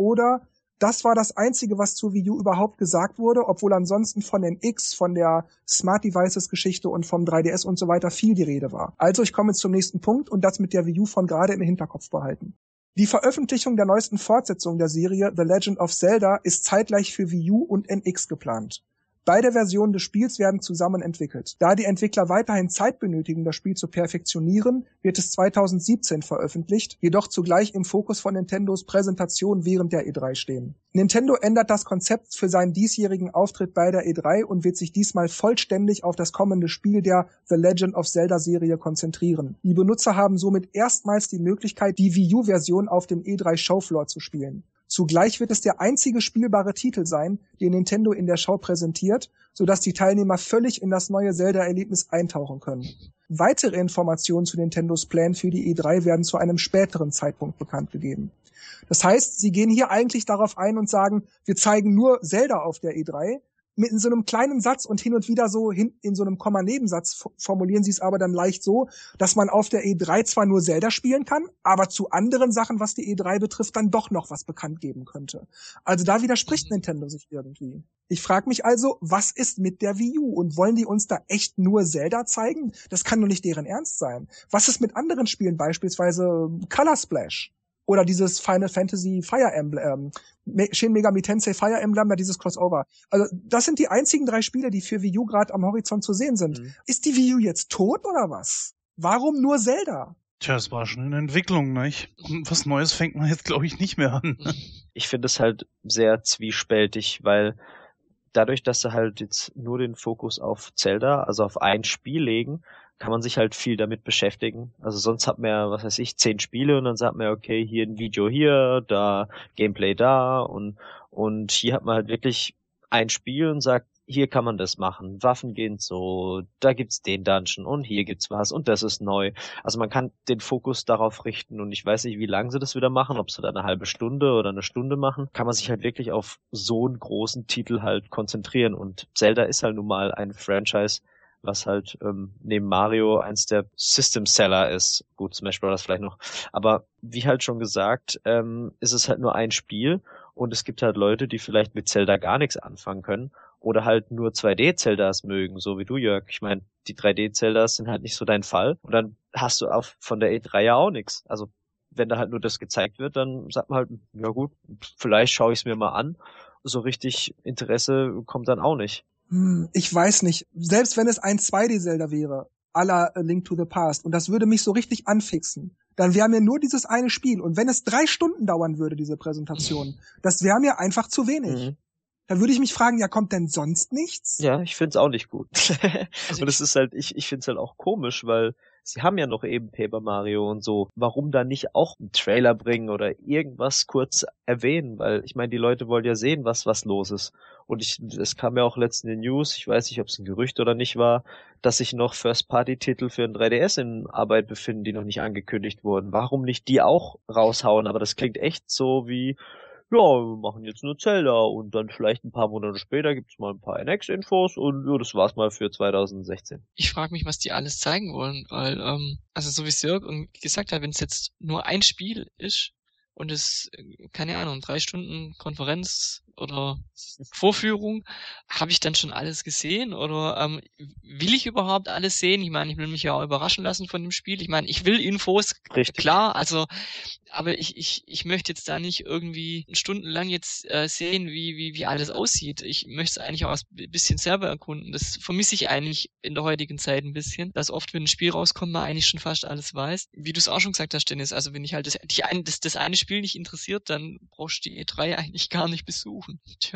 Das war das Einzige, was zur Wii U überhaupt gesagt wurde, obwohl ansonsten von den X, von der Smart Devices Geschichte und vom 3DS und so weiter viel die Rede war. Also ich komme jetzt zum nächsten Punkt und das mit der Wii U von gerade im Hinterkopf behalten. Die Veröffentlichung der neuesten Fortsetzung der Serie The Legend of Zelda ist zeitgleich für Wii U und NX geplant. Beide Versionen des Spiels werden zusammen entwickelt. Da die Entwickler weiterhin Zeit benötigen, das Spiel zu perfektionieren, wird es 2017 veröffentlicht, jedoch zugleich im Fokus von Nintendos Präsentation während der E3 stehen. Nintendo ändert das Konzept für seinen diesjährigen Auftritt bei der E3 und wird sich diesmal vollständig auf das kommende Spiel der The Legend of Zelda-Serie konzentrieren. Die Benutzer haben somit erstmals die Möglichkeit, die Wii U-Version auf dem E3 Showfloor zu spielen. Zugleich wird es der einzige spielbare Titel sein, den Nintendo in der Show präsentiert, sodass die Teilnehmer völlig in das neue Zelda-Erlebnis eintauchen können. Weitere Informationen zu Nintendos Plänen für die E3 werden zu einem späteren Zeitpunkt bekannt gegeben. Das heißt, sie gehen hier eigentlich darauf ein und sagen, wir zeigen nur Zelda auf der E3, mit in so einem kleinen Satz und hin und wieder so in so einem Komma-Nebensatz formulieren sie es aber dann leicht so, dass man auf der E3 zwar nur Zelda spielen kann, aber zu anderen Sachen, was die E3 betrifft, dann doch noch was bekannt geben könnte. Also da widerspricht Nintendo sich irgendwie. Ich frage mich also, was ist mit der Wii U und wollen die uns da echt nur Zelda zeigen? Das kann doch nicht deren Ernst sein. Was ist mit anderen Spielen, beispielsweise Color Splash? Oder dieses Final Fantasy Fire Emblem, Shin Megami Tensei Fire Emblem, da dieses Crossover. Also das sind die einzigen 3 Spiele, die für Wii U gerade am Horizont zu sehen sind. Ist die Wii U jetzt tot oder was? Warum nur Zelda? Tja, es war schon in Entwicklung, nicht? Und was Neues fängt man jetzt, glaube ich, nicht mehr an. Ich finde es halt sehr zwiespältig, weil dadurch, dass sie halt jetzt nur den Fokus auf Zelda, also auf ein Spiel legen, kann man sich halt viel damit beschäftigen. Also sonst hat man ja, 10 Spiele und dann sagt man ja, okay, hier ein Video hier, da Gameplay da und hier hat man halt wirklich ein Spiel und sagt, hier kann man das machen, Waffen gehen so, da gibt's den Dungeon und hier gibt's was und das ist neu. Also man kann den Fokus darauf richten und ich weiß nicht, wie lange sie das wieder machen, ob sie da eine halbe Stunde oder eine Stunde machen, kann man sich halt wirklich auf so einen großen Titel halt konzentrieren und Zelda ist halt nun mal ein Franchise, was halt neben Mario eins der System-Seller ist. Gut, Smash Bros. Vielleicht noch. Aber wie halt schon gesagt, ist es halt nur ein Spiel und es gibt halt Leute, die vielleicht mit Zelda gar nichts anfangen können oder halt nur 2D-Zeldas mögen, so wie du, Jörg. Ich meine, die 3D-Zeldas sind halt nicht so dein Fall und dann hast du auch von der E3 ja auch nichts. Also wenn da halt nur das gezeigt wird, dann sagt man halt, ja gut, vielleicht schaue ich es mir mal an. So richtig Interesse kommt dann auch nicht. Ich weiß nicht. Selbst wenn es ein 2D-Zelda wäre, à la A Link to the Past, und das würde mich so richtig anfixen, dann wäre mir nur dieses eine Spiel. Und wenn es 3 Stunden dauern würde, diese Präsentation, das wäre mir einfach zu wenig. Da würde ich mich fragen, ja, kommt denn sonst nichts? Ja, ich find's auch nicht gut. Und es ist halt, ich find's halt auch komisch, weil sie haben ja noch eben Paper Mario und so. Warum dann nicht auch einen Trailer bringen oder irgendwas kurz erwähnen? Weil ich meine, die Leute wollen ja sehen, was los ist. Und es kam ja auch letztens in den News, ich weiß nicht, ob es ein Gerücht oder nicht war, dass sich noch First-Party-Titel für ein 3DS in Arbeit befinden, die noch nicht angekündigt wurden. Warum nicht die auch raushauen? Aber das klingt echt so wie, ja, wir machen jetzt nur Zelda und dann vielleicht ein paar Monate später gibt's mal ein paar NX-Infos und ja, das war's mal für 2016. Ich frage mich, was die alles zeigen wollen, weil, also so wie es Jörg gesagt hat, wenn es jetzt nur ein Spiel ist und es, keine Ahnung, 3 Stunden Konferenz oder Vorführung, habe ich dann schon alles gesehen oder will ich überhaupt alles sehen? Ich meine, ich will mich ja auch überraschen lassen von dem Spiel. Ich meine, ich will Infos, Richtig. Klar, also aber ich möchte jetzt da nicht irgendwie stundenlang jetzt sehen, wie alles aussieht. Ich möchte es eigentlich auch ein bisschen selber erkunden. Das vermisse ich eigentlich in der heutigen Zeit ein bisschen, dass oft, wenn ein Spiel rauskommt, man eigentlich schon fast alles weiß. Wie du es auch schon gesagt hast, Dennis, also wenn ich halt das eine Spiel nicht interessiert, dann brauchst du die E3 eigentlich gar nicht besuchen. Tja.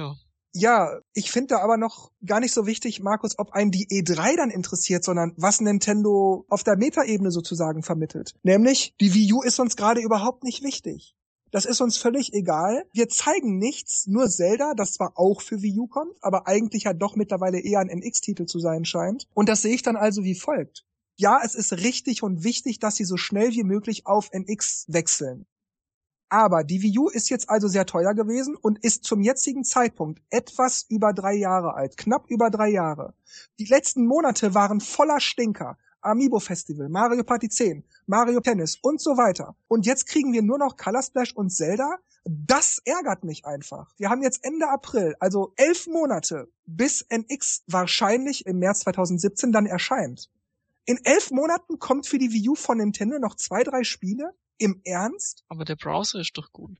Ja, ich finde da aber noch gar nicht so wichtig, Markus, ob einen die E3 dann interessiert, sondern was Nintendo auf der Metaebene sozusagen vermittelt. Nämlich, die Wii U ist uns gerade überhaupt nicht wichtig. Das ist uns völlig egal. Wir zeigen nichts, nur Zelda, das zwar auch für Wii U kommt, aber eigentlich ja doch mittlerweile eher ein NX-Titel zu sein scheint. Und das sehe ich dann also wie folgt. Ja, es ist richtig und wichtig, dass sie so schnell wie möglich auf NX wechseln. Aber die Wii U ist jetzt also sehr teuer gewesen und ist zum jetzigen Zeitpunkt etwas über 3 Jahre alt, knapp über 3 Jahre. Die letzten Monate waren voller Stinker. Amiibo Festival, Mario Party 10, Mario Tennis und so weiter. Und jetzt kriegen wir nur noch Color Splash und Zelda. Das ärgert mich einfach. Wir haben jetzt Ende April, also 11 Monate, bis NX wahrscheinlich im März 2017 dann erscheint. In 11 Monaten kommt für die Wii U von Nintendo noch 2, 3 Spiele? Im Ernst? Aber der Browser ist doch gut.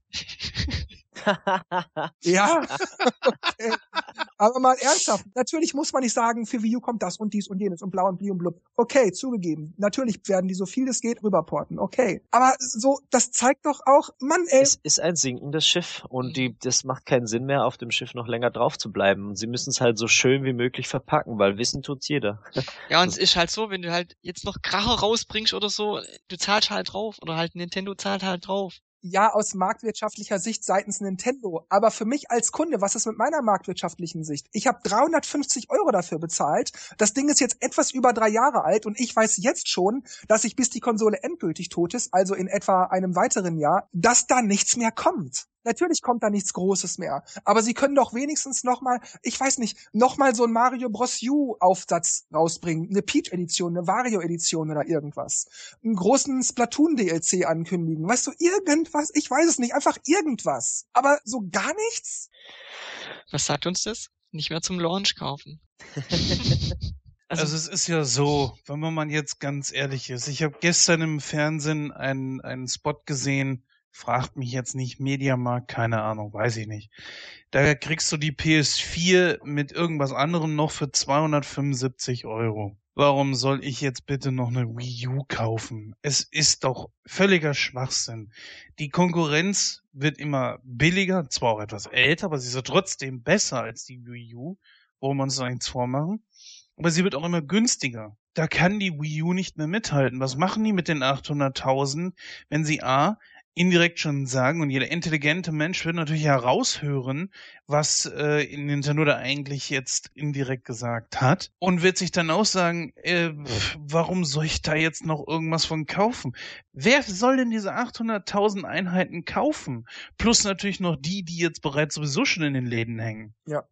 Ja, okay. Aber mal ernsthaft, natürlich muss man nicht sagen, für Wii U kommt das und dies und jenes und blau und bli und blub. Okay, zugegeben. Natürlich werden die so viel es geht rüberporten. Okay. Aber so, das zeigt doch auch, Mann, ey. Es ist ein sinkendes Schiff und das macht keinen Sinn mehr, auf dem Schiff noch länger drauf zu bleiben. Sie müssen es halt so schön wie möglich verpacken, weil wissen tut's jeder. Ja, und es ist halt so, wenn du halt jetzt noch Kracher rausbringst oder so, du zahlst halt drauf oder halt Nintendo zahlt halt drauf. Ja, aus marktwirtschaftlicher Sicht seitens Nintendo. Aber für mich als Kunde, was ist mit meiner marktwirtschaftlichen Sicht? Ich habe 350 € dafür bezahlt. Das Ding ist jetzt etwas über 3 Jahre alt und ich weiß jetzt schon, dass ich bis die Konsole endgültig tot ist, also in etwa einem weiteren Jahr, dass da nichts mehr kommt. Natürlich kommt da nichts Großes mehr. Aber sie können doch wenigstens nochmal, ich weiß nicht, nochmal so ein Mario Bros. U Aufsatz rausbringen. Eine Peach-Edition, eine Wario-Edition oder irgendwas. Einen großen Splatoon-DLC ankündigen. Weißt du, irgendwas? Ich weiß es nicht. Einfach irgendwas. Aber so gar nichts? Was sagt uns das? Nicht mehr zum Launch kaufen. Also es ist ja so, wenn man mal jetzt ganz ehrlich ist. Ich habe gestern im Fernsehen einen Spot gesehen, fragt mich jetzt nicht, Mediamarkt, keine Ahnung, weiß ich nicht. Da kriegst du die PS4 mit irgendwas anderem noch für 275 €. Warum soll ich jetzt bitte noch eine Wii U kaufen? Es ist doch völliger Schwachsinn. Die Konkurrenz wird immer billiger, zwar auch etwas älter, aber sie ist ja trotzdem besser als die Wii U. Wollen wir uns da nichts vormachen? Aber sie wird auch immer günstiger. Da kann die Wii U nicht mehr mithalten. Was machen die mit den 800.000, wenn sie indirekt schon sagen, und jeder intelligente Mensch wird natürlich heraushören, was Nintendo da eigentlich jetzt indirekt gesagt hat, und wird sich dann auch sagen, warum soll ich da jetzt noch irgendwas von kaufen? Wer soll denn diese 800.000 Einheiten kaufen? Plus natürlich noch die jetzt bereits sowieso schon in den Läden hängen. Ja.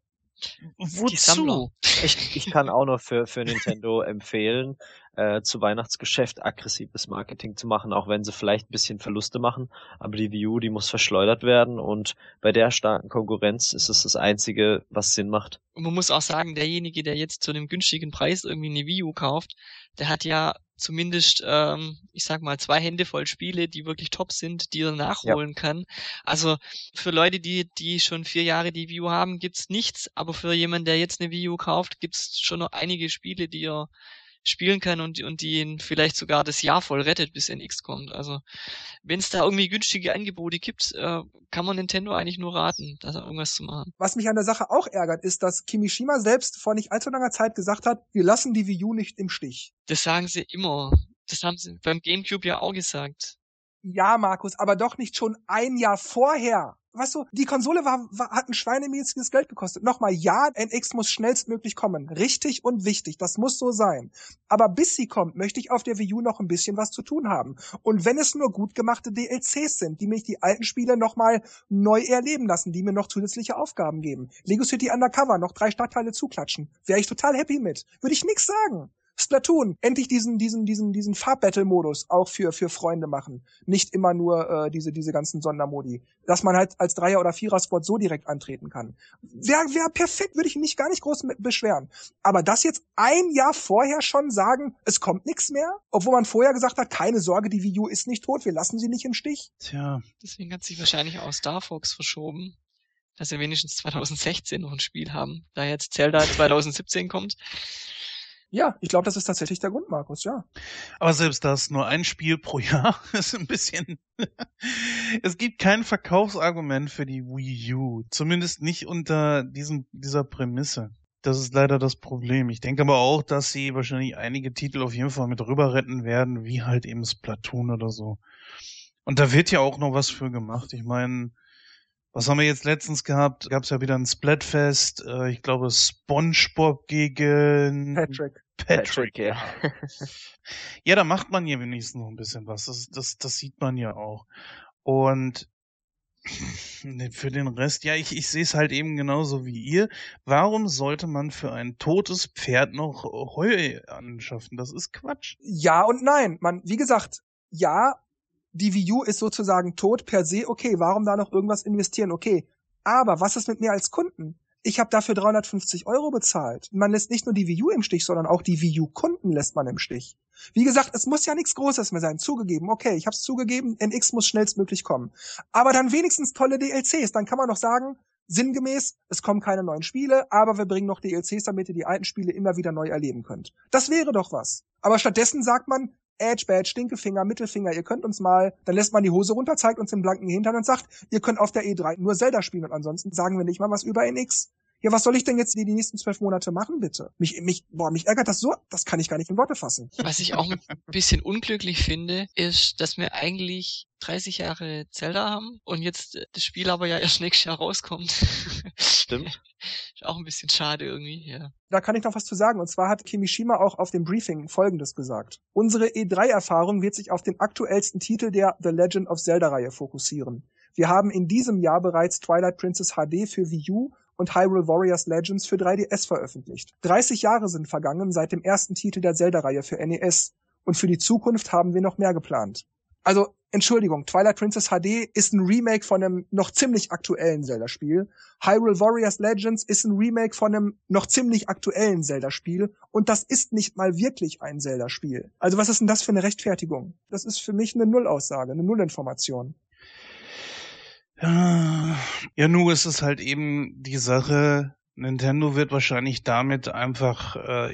Wozu? Ich kann auch noch für Nintendo empfehlen, zu Weihnachtsgeschäft aggressives Marketing zu machen, auch wenn sie vielleicht ein bisschen Verluste machen. Aber die Wii U, die muss verschleudert werden und bei der starken Konkurrenz ist es das Einzige, was Sinn macht. Und man muss auch sagen, derjenige, der jetzt zu einem günstigen Preis irgendwie eine Wii U kauft, der hat ja zumindest, ich sag mal, 2 Hände voll Spiele, die wirklich top sind, die er nachholen kann. Also für Leute, die schon 4 Jahre die Wii U haben, gibt's nichts, aber für jemanden, der jetzt eine Wii U kauft, gibt's schon noch einige Spiele, die er spielen kann und die ihn vielleicht sogar das Jahr voll rettet, bis NX kommt. Also wenn es da irgendwie günstige Angebote gibt, kann man Nintendo eigentlich nur raten, da irgendwas zu machen. Was mich an der Sache auch ärgert, ist, dass Kimishima selbst vor nicht allzu langer Zeit gesagt hat, wir lassen die Wii U nicht im Stich. Das sagen sie immer. Das haben sie beim GameCube ja auch gesagt. Ja, Markus, aber doch nicht schon 1 Jahr vorher. Weißt du, die Konsole hat ein schweinemäßiges Geld gekostet. Nochmal, ja, NX muss schnellstmöglich kommen. Richtig und wichtig, das muss so sein. Aber bis sie kommt, möchte ich auf der Wii U noch ein bisschen was zu tun haben. Und wenn es nur gut gemachte DLCs sind, die mich die alten Spiele nochmal neu erleben lassen, die mir noch zusätzliche Aufgaben geben. Lego City Undercover, noch 3 Stadtteile zuklatschen. Wäre ich total happy mit. Würde ich nix sagen. Splatoon, endlich diesen Farbbattle-Modus auch für Freunde machen. Nicht immer nur diese ganzen Sondermodi. Dass man halt als 3er- oder 4er-Squad so direkt antreten kann. Wär perfekt, würde ich mich gar nicht groß beschweren. Aber das jetzt 1 Jahr vorher schon sagen, es kommt nichts mehr? Obwohl man vorher gesagt hat, keine Sorge, die Wii U ist nicht tot, wir lassen sie nicht im Stich. Tja. Deswegen hat sich wahrscheinlich auch Star Fox verschoben, dass wir wenigstens 2016 noch ein Spiel haben. Da jetzt Zelda 2017 kommt. Ja, ich glaube, das ist tatsächlich der Grund, Markus, ja. Aber selbst das, nur ein Spiel pro Jahr, ist ein bisschen... Es gibt kein Verkaufsargument für die Wii U. Zumindest nicht unter dieser Prämisse. Das ist leider das Problem. Ich denke aber auch, dass sie wahrscheinlich einige Titel auf jeden Fall mit rüber retten werden, wie halt eben Splatoon oder so. Und da wird ja auch noch was für gemacht. Ich meine, was haben wir jetzt letztens gehabt? Gab es ja wieder ein Splatfest. Ich glaube, SpongeBob gegen Patrick. ja. Ja, da macht man ja wenigstens noch ein bisschen was. Das sieht man ja auch. Und für den Rest, ja, ich sehe es halt eben genauso wie ihr. Warum sollte man für ein totes Pferd noch Heu anschaffen? Das ist Quatsch. Ja und nein. Wie gesagt, ja, die Wii U ist sozusagen tot per se. Okay, warum da noch irgendwas investieren? Okay, aber was ist mit mir als Kunden? Ich habe dafür 350 € bezahlt. Man lässt nicht nur die Wii U im Stich, sondern auch die Wii U-Kunden lässt man im Stich. Wie gesagt, es muss ja nichts Großes mehr sein. Zugegeben, okay, ich habe es zugegeben, NX muss schnellstmöglich kommen. Aber dann wenigstens tolle DLCs. Dann kann man doch sagen, sinngemäß, es kommen keine neuen Spiele, aber wir bringen noch DLCs, damit ihr die alten Spiele immer wieder neu erleben könnt. Das wäre doch was. Aber stattdessen sagt man, Edge, Badge, Stinkefinger, Mittelfinger, ihr könnt uns mal, dann lässt man die Hose runter, zeigt uns den blanken Hintern und sagt, ihr könnt auf der E3 nur Zelda spielen und ansonsten sagen wir nicht mal was über NX. Ja, was soll ich denn jetzt die nächsten 12 Monate machen, bitte? Mich ärgert das so, das kann ich gar nicht in Worte fassen. Was ich auch ein bisschen unglücklich finde, ist, dass wir eigentlich 30 Jahre Zelda haben und jetzt das Spiel aber ja erst nächstes Jahr rauskommt. Stimmt. Ist auch ein bisschen schade irgendwie, ja. Da kann ich noch was zu sagen. Und zwar hat Kimishima auch auf dem Briefing Folgendes gesagt. Unsere E3-Erfahrung wird sich auf den aktuellsten Titel der The Legend of Zelda-Reihe fokussieren. Wir haben in diesem Jahr bereits Twilight Princess HD für Wii U und Hyrule Warriors Legends für 3DS veröffentlicht. 30 Jahre sind vergangen seit dem ersten Titel der Zelda-Reihe für NES. Und für die Zukunft haben wir noch mehr geplant. Also, Entschuldigung, Twilight Princess HD ist ein Remake von einem noch ziemlich aktuellen Zelda-Spiel. Hyrule Warriors Legends ist ein Remake von einem noch ziemlich aktuellen Zelda-Spiel. Und das ist nicht mal wirklich ein Zelda-Spiel. Also was ist denn das für eine Rechtfertigung? Das ist für mich eine Nullaussage, eine Nullinformation. Ja, nur ist es halt eben die Sache, Nintendo wird wahrscheinlich damit einfach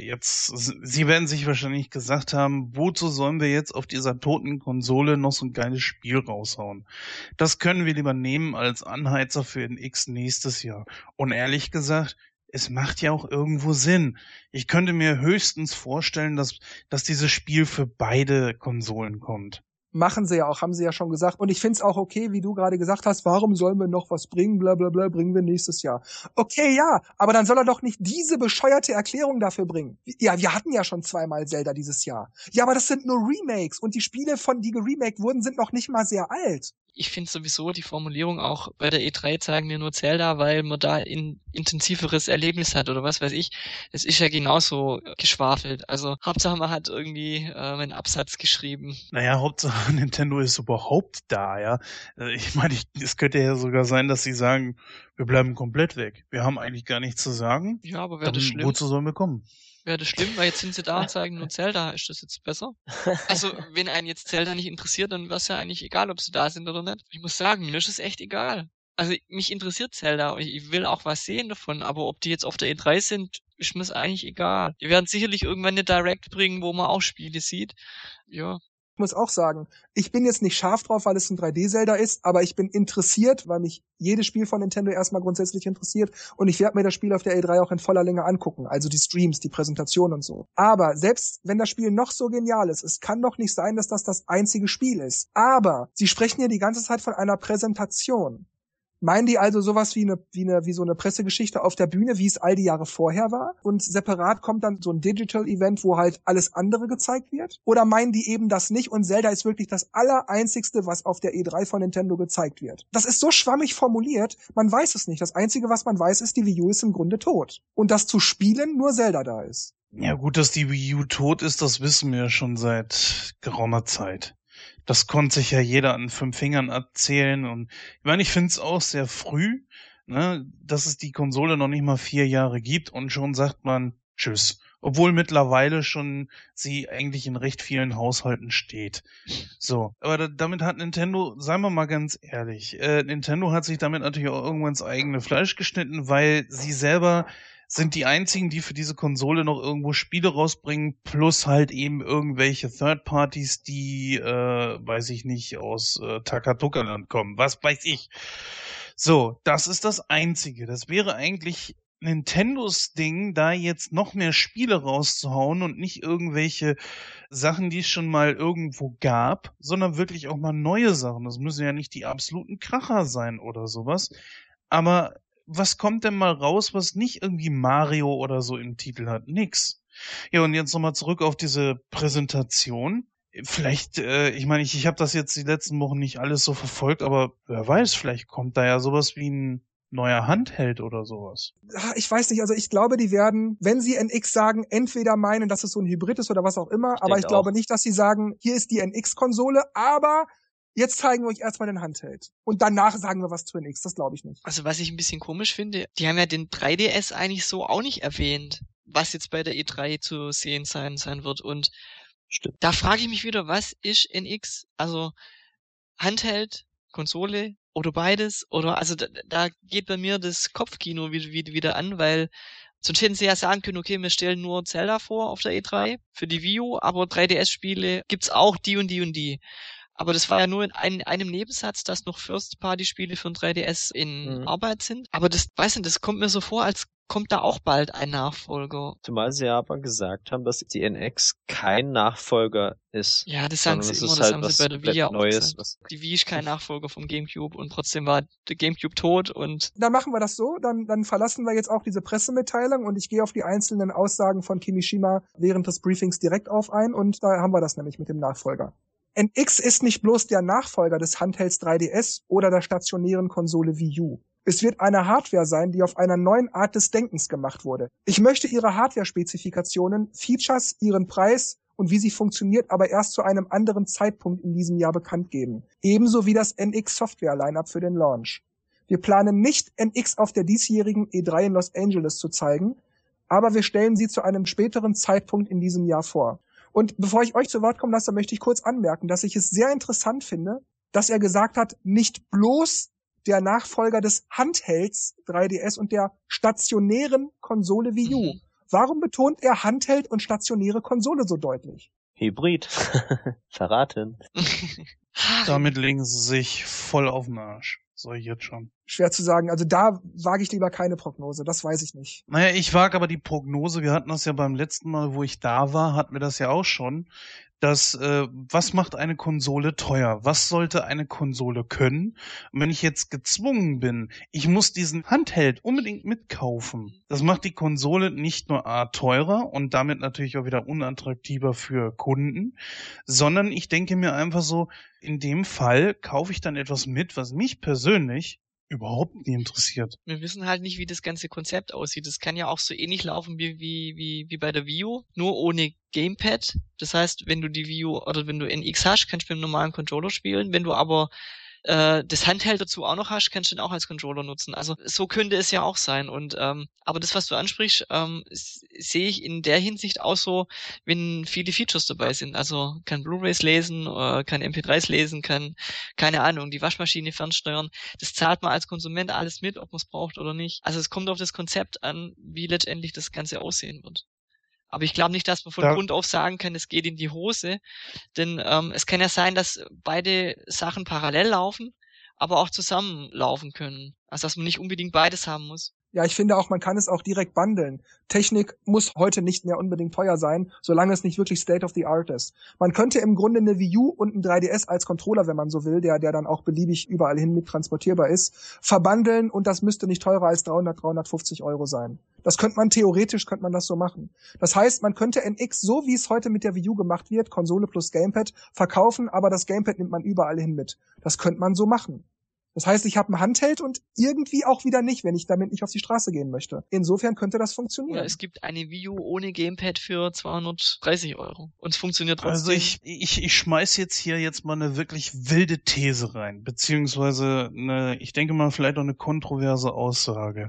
sie werden sich wahrscheinlich gesagt haben, wozu sollen wir jetzt auf dieser toten Konsole noch so ein geiles Spiel raushauen? Das können wir lieber nehmen als Anheizer für den X nächstes Jahr. Und ehrlich gesagt, es macht ja auch irgendwo Sinn. Ich könnte mir höchstens vorstellen, dass dieses Spiel für beide Konsolen kommt. Machen sie ja auch, haben sie ja schon gesagt. Und ich find's auch okay, wie du gerade gesagt hast, warum sollen wir noch was bringen, bla bla bla, bringen wir nächstes Jahr. Okay, ja, aber dann soll er doch nicht diese bescheuerte Erklärung dafür bringen. Ja, wir hatten ja schon 2-mal Zelda dieses Jahr. Ja, aber das sind nur Remakes und die Spiele, die geremaked wurden, sind noch nicht mal sehr alt. Ich finde sowieso die Formulierung auch bei der E3 zeigen wir nur Zelda, weil man da ein intensiveres Erlebnis hat oder was weiß ich. Es ist ja genauso geschwafelt. Also Hauptsache man hat irgendwie einen Absatz geschrieben. Naja, Hauptsache Nintendo ist überhaupt da, ja. Ich meine, es könnte ja sogar sein, dass sie sagen, wir bleiben komplett weg. Wir haben eigentlich gar nichts zu sagen. Ja, aber wäre das schlimm? Wozu sollen wir kommen? Wäre das schlimm, weil jetzt sind sie da und zeigen nur Zelda. Ist das jetzt besser? Also, wenn einen jetzt Zelda nicht interessiert, dann wäre es ja eigentlich egal, ob sie da sind oder nicht. Ich muss sagen, mir ist es echt egal. Also, mich interessiert Zelda. Ich will auch was sehen davon. Aber ob die jetzt auf der E3 sind, ist mir es eigentlich egal. Die werden sicherlich irgendwann eine Direct bringen, wo man auch Spiele sieht. Ja. Ich muss auch sagen, ich bin jetzt nicht scharf drauf, weil es ein 3D-Zelda ist, aber ich bin interessiert, weil mich jedes Spiel von Nintendo erstmal grundsätzlich interessiert und ich werde mir das Spiel auf der E3 auch in voller Länge angucken, also die Streams, die Präsentation und so. Aber selbst wenn das Spiel noch so genial ist, es kann doch nicht sein, dass das einzige Spiel ist. Aber sie sprechen ja die ganze Zeit von einer Präsentation. Meinen die also sowas wie so eine Pressegeschichte auf der Bühne, wie es all die Jahre vorher war? Und separat kommt dann so ein Digital-Event, wo halt alles andere gezeigt wird? Oder meinen die eben das nicht und Zelda ist wirklich das Allereinzigste, was auf der E3 von Nintendo gezeigt wird? Das ist so schwammig formuliert, man weiß es nicht. Das Einzige, was man weiß, ist, die Wii U ist im Grunde tot. Und dass zu spielen nur Zelda da ist. Ja gut, dass die Wii U tot ist, das wissen wir schon seit geraumer Zeit. Das konnte sich ja jeder an 5 Fingern erzählen und ich meine, ich finde es auch sehr früh, ne, dass es die Konsole noch nicht mal 4 Jahre gibt und schon sagt man Tschüss. Obwohl mittlerweile schon sie eigentlich in recht vielen Haushalten steht. So, aber damit hat Nintendo, seien wir mal ganz ehrlich, Nintendo hat sich damit natürlich auch irgendwann ins eigene Fleisch geschnitten, weil sie selber sind die einzigen, die für diese Konsole noch irgendwo Spiele rausbringen, plus halt eben irgendwelche Third-Parties, die, weiß ich nicht, aus Takatuka-Land kommen. Was weiß ich. So, das ist das Einzige. Das wäre eigentlich Nintendos Ding, da jetzt noch mehr Spiele rauszuhauen und nicht irgendwelche Sachen, die es schon mal irgendwo gab, sondern wirklich auch mal neue Sachen. Das müssen ja nicht die absoluten Kracher sein oder sowas. Aber was kommt denn mal raus, was nicht irgendwie Mario oder so im Titel hat? Nix. Ja, und jetzt nochmal zurück auf diese Präsentation. Vielleicht, ich meine, ich habe das jetzt die letzten Wochen nicht alles so verfolgt, aber wer weiß, vielleicht kommt da ja sowas wie ein neuer Handheld oder sowas. Ich weiß nicht, also ich glaube, die werden, wenn sie NX sagen, entweder meinen, dass es so ein Hybrid ist oder was auch immer, aber ich glaube nicht, dass sie sagen, hier ist die NX-Konsole, aber jetzt zeigen wir euch erstmal den Handheld. Und danach sagen wir was zu NX, das glaube ich nicht. Also was ich ein bisschen komisch finde, die haben ja den 3DS eigentlich so auch nicht erwähnt, was jetzt bei der E3 zu sehen sein wird. Und Stimmt. Da frage ich mich wieder, was ist NX? Also Handheld, Konsole oder beides? Oder also da geht bei mir das Kopfkino wieder an, weil sonst hätten sie ja sagen können, okay, wir stellen nur Zelda vor auf der E3 für die Wii U, aber 3DS-Spiele gibt's auch die und die und die. Aber das war ja nur in einem Nebensatz, dass noch First-Party-Spiele für ein 3DS in Arbeit sind. Aber das, weiß nicht, das kommt mir so vor, als kommt da auch bald ein Nachfolger. Zumal sie aber gesagt haben, dass die NX kein Nachfolger ist. Ja, das sagen sie immer, das haben sie bei der Wii auch gesagt. Die Wii ist kein Nachfolger vom GameCube und trotzdem war der GameCube tot und... Dann machen wir das so, dann verlassen wir jetzt auch diese Pressemitteilung und ich gehe auf die einzelnen Aussagen von Kimishima während des Briefings direkt auf ein und da haben wir das nämlich mit dem Nachfolger. NX ist nicht bloß der Nachfolger des Handhelds 3DS oder der stationären Konsole Wii U. Es wird eine Hardware sein, die auf einer neuen Art des Denkens gemacht wurde. Ich möchte ihre Hardware-Spezifikationen, Features, ihren Preis und wie sie funktioniert, aber erst zu einem anderen Zeitpunkt in diesem Jahr bekannt geben. Ebenso wie das NX-Software-Line-Up für den Launch. Wir planen nicht, NX auf der diesjährigen E3 in Los Angeles zu zeigen, aber wir stellen sie zu einem späteren Zeitpunkt in diesem Jahr vor. Und bevor ich euch zu Wort kommen lasse, möchte ich kurz anmerken, dass ich es sehr interessant finde, dass er gesagt hat, nicht bloß der Nachfolger des Handhelds 3DS und der stationären Konsole Wii U. Warum betont er Handheld und stationäre Konsole so deutlich? Hybrid. Verraten. Damit legen sie sich voll auf den Arsch. Sag ich jetzt schon. Schwer zu sagen. Also da wage ich lieber keine Prognose. Das weiß ich nicht. Naja, ich wage aber die Prognose. Wir hatten das ja beim letzten Mal, wo ich da war, hatten wir das ja auch schon. Dass, was macht eine Konsole teuer? Was sollte eine Konsole können? Und wenn ich jetzt gezwungen bin, ich muss diesen Handheld unbedingt mitkaufen, das macht die Konsole nicht nur A teurer und damit natürlich auch wieder unattraktiver für Kunden, sondern ich denke mir einfach so, in dem Fall kaufe ich dann etwas mit, was mich persönlich überhaupt nicht interessiert. Wir wissen halt nicht, wie das ganze Konzept aussieht. Das kann ja auch so ähnlich laufen wie bei der Wii U, nur ohne Gamepad. Das heißt, wenn du die Wii U oder wenn du NX hast, kannst du mit einem normalen Controller spielen. Wenn du aber das Handheld dazu auch noch hast, kannst du den auch als Controller nutzen. Also so könnte es ja auch sein. Und aber das, was du ansprichst, sehe ich in der Hinsicht auch so, wenn viele Features dabei sind. Also kann Blu-rays lesen, kann MP3s lesen, kann, keine Ahnung, die Waschmaschine fernsteuern. Das zahlt man als Konsument alles mit, ob man es braucht oder nicht. Also es kommt auf das Konzept an, wie letztendlich das Ganze aussehen wird. Aber ich glaube nicht, dass man von Grund auf sagen kann, es geht in die Hose. Denn es kann ja sein, dass beide Sachen parallel laufen, aber auch zusammen laufen können. Also dass man nicht unbedingt beides haben muss. Ja, ich finde auch, man kann es auch direkt bundeln. Technik muss heute nicht mehr unbedingt teuer sein, solange es nicht wirklich State of the Art ist. Man könnte im Grunde eine Wii U und ein 3DS als Controller, wenn man so will, der dann auch beliebig überall hin mit transportierbar ist, verbundeln und das müsste nicht teurer als 350 € sein. Das könnte man theoretisch das so machen. Das heißt, man könnte NX, so wie es heute mit der Wii U gemacht wird, Konsole plus Gamepad, verkaufen, aber das Gamepad nimmt man überall hin mit. Das könnte man so machen. Das heißt, ich habe ein Handheld und irgendwie auch wieder nicht, wenn ich damit nicht auf die Straße gehen möchte. Insofern könnte das funktionieren. Oder es gibt eine Wii U ohne Gamepad für 230 € und es funktioniert trotzdem. Also ich schmeiß jetzt mal eine wirklich wilde These rein, beziehungsweise ich denke mal vielleicht auch eine kontroverse Aussage.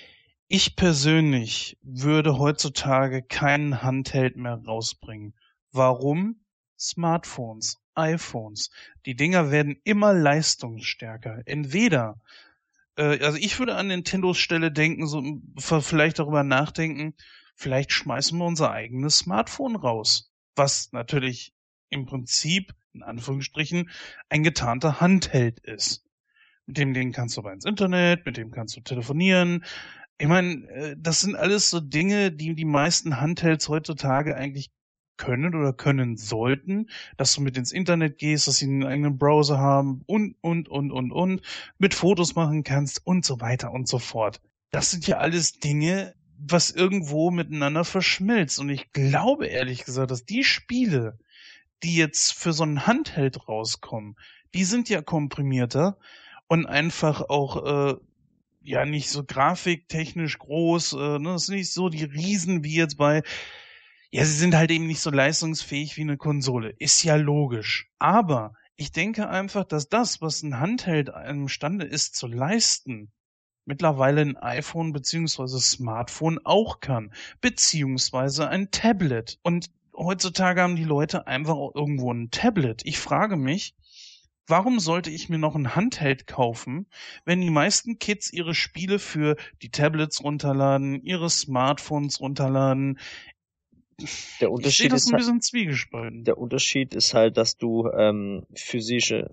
Ich persönlich würde heutzutage keinen Handheld mehr rausbringen. Warum? Smartphones, iPhones. Die Dinger werden immer leistungsstärker. Entweder Also ich würde an Nintendos Stelle denken, so vielleicht darüber nachdenken, vielleicht schmeißen wir unser eigenes Smartphone raus. Was natürlich im Prinzip, in Anführungsstrichen, ein getarnter Handheld ist. Mit dem Ding kannst du aber ins Internet, mit dem kannst du telefonieren. Ich meine, das sind alles so Dinge, die die meisten Handhelds heutzutage eigentlich können oder können sollten, dass du mit ins Internet gehst, dass sie einen eigenen Browser haben und, mit Fotos machen kannst und so weiter und so fort. Das sind ja alles Dinge, was irgendwo miteinander verschmilzt. Und ich glaube ehrlich gesagt, dass die Spiele, die jetzt für so einen Handheld rauskommen, die sind ja komprimierter und einfach auch ja nicht so grafiktechnisch groß, ne? Das sind nicht so die Riesen wie jetzt bei, ja, sie sind halt eben nicht so leistungsfähig wie eine Konsole. Ist ja logisch. Aber ich denke einfach, dass das, was ein Handheld imstande ist zu leisten, mittlerweile ein iPhone beziehungsweise Smartphone auch kann. Beziehungsweise ein Tablet. Und heutzutage haben die Leute einfach auch irgendwo ein Tablet. Ich frage mich, warum sollte ich mir noch ein Handheld kaufen, wenn die meisten Kids ihre Spiele für die Tablets runterladen, ihre Smartphones runterladen? Der Unterschied ich sehe das ist ein bisschen zwiegespalten. Der Unterschied ist halt, dass du physische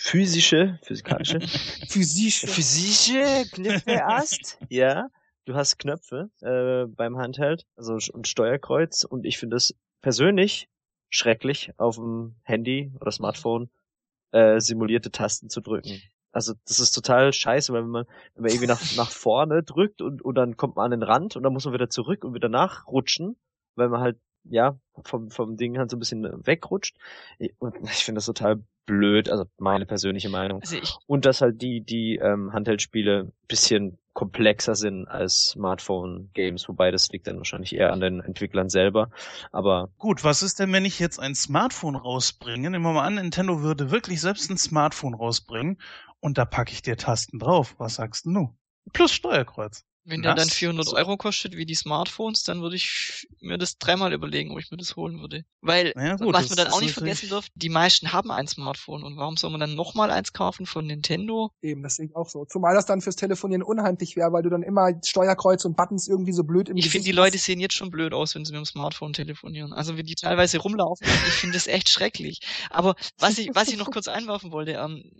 Knöpfe hast. Ja, du hast Knöpfe beim Handheld, also und Steuerkreuz. Und ich finde es persönlich schrecklich, auf dem Handy oder Smartphone simulierte Tasten zu drücken. Also das ist total scheiße, weil wenn man irgendwie nach vorne drückt und dann kommt man an den Rand und dann muss man wieder zurück und wieder nachrutschen, weil man halt ja vom Ding halt so ein bisschen wegrutscht. Und ich finde das total blöd, also meine persönliche Meinung. Also und dass halt die Handheld-Spiele ein bisschen komplexer sind als Smartphone-Games, wobei das liegt dann wahrscheinlich eher an den Entwicklern selber. Aber gut, was ist denn, wenn ich jetzt ein Smartphone rausbringe? Nehmen wir mal an, Nintendo würde wirklich selbst ein Smartphone rausbringen und da packe ich dir Tasten drauf. Was sagst du? Plus Steuerkreuz. Wenn der dann 400 € kostet, wie die Smartphones, dann würde ich mir das dreimal überlegen, ob ich mir das holen würde. Weil, ja, gut, was man dann auch nicht vergessen darf, die meisten haben ein Smartphone. Und warum soll man dann nochmal eins kaufen von Nintendo? Eben, das sehe ich auch so. Zumal das dann fürs Telefonieren unhandlich wäre, weil du dann immer Steuerkreuz und Buttons irgendwie so blöd im Ich Gesicht finde, die Leute sehen jetzt schon blöd aus, wenn sie mit dem Smartphone telefonieren. Also wenn die teilweise rumlaufen, ich finde das echt schrecklich. Aber was ich noch kurz einwerfen wollte,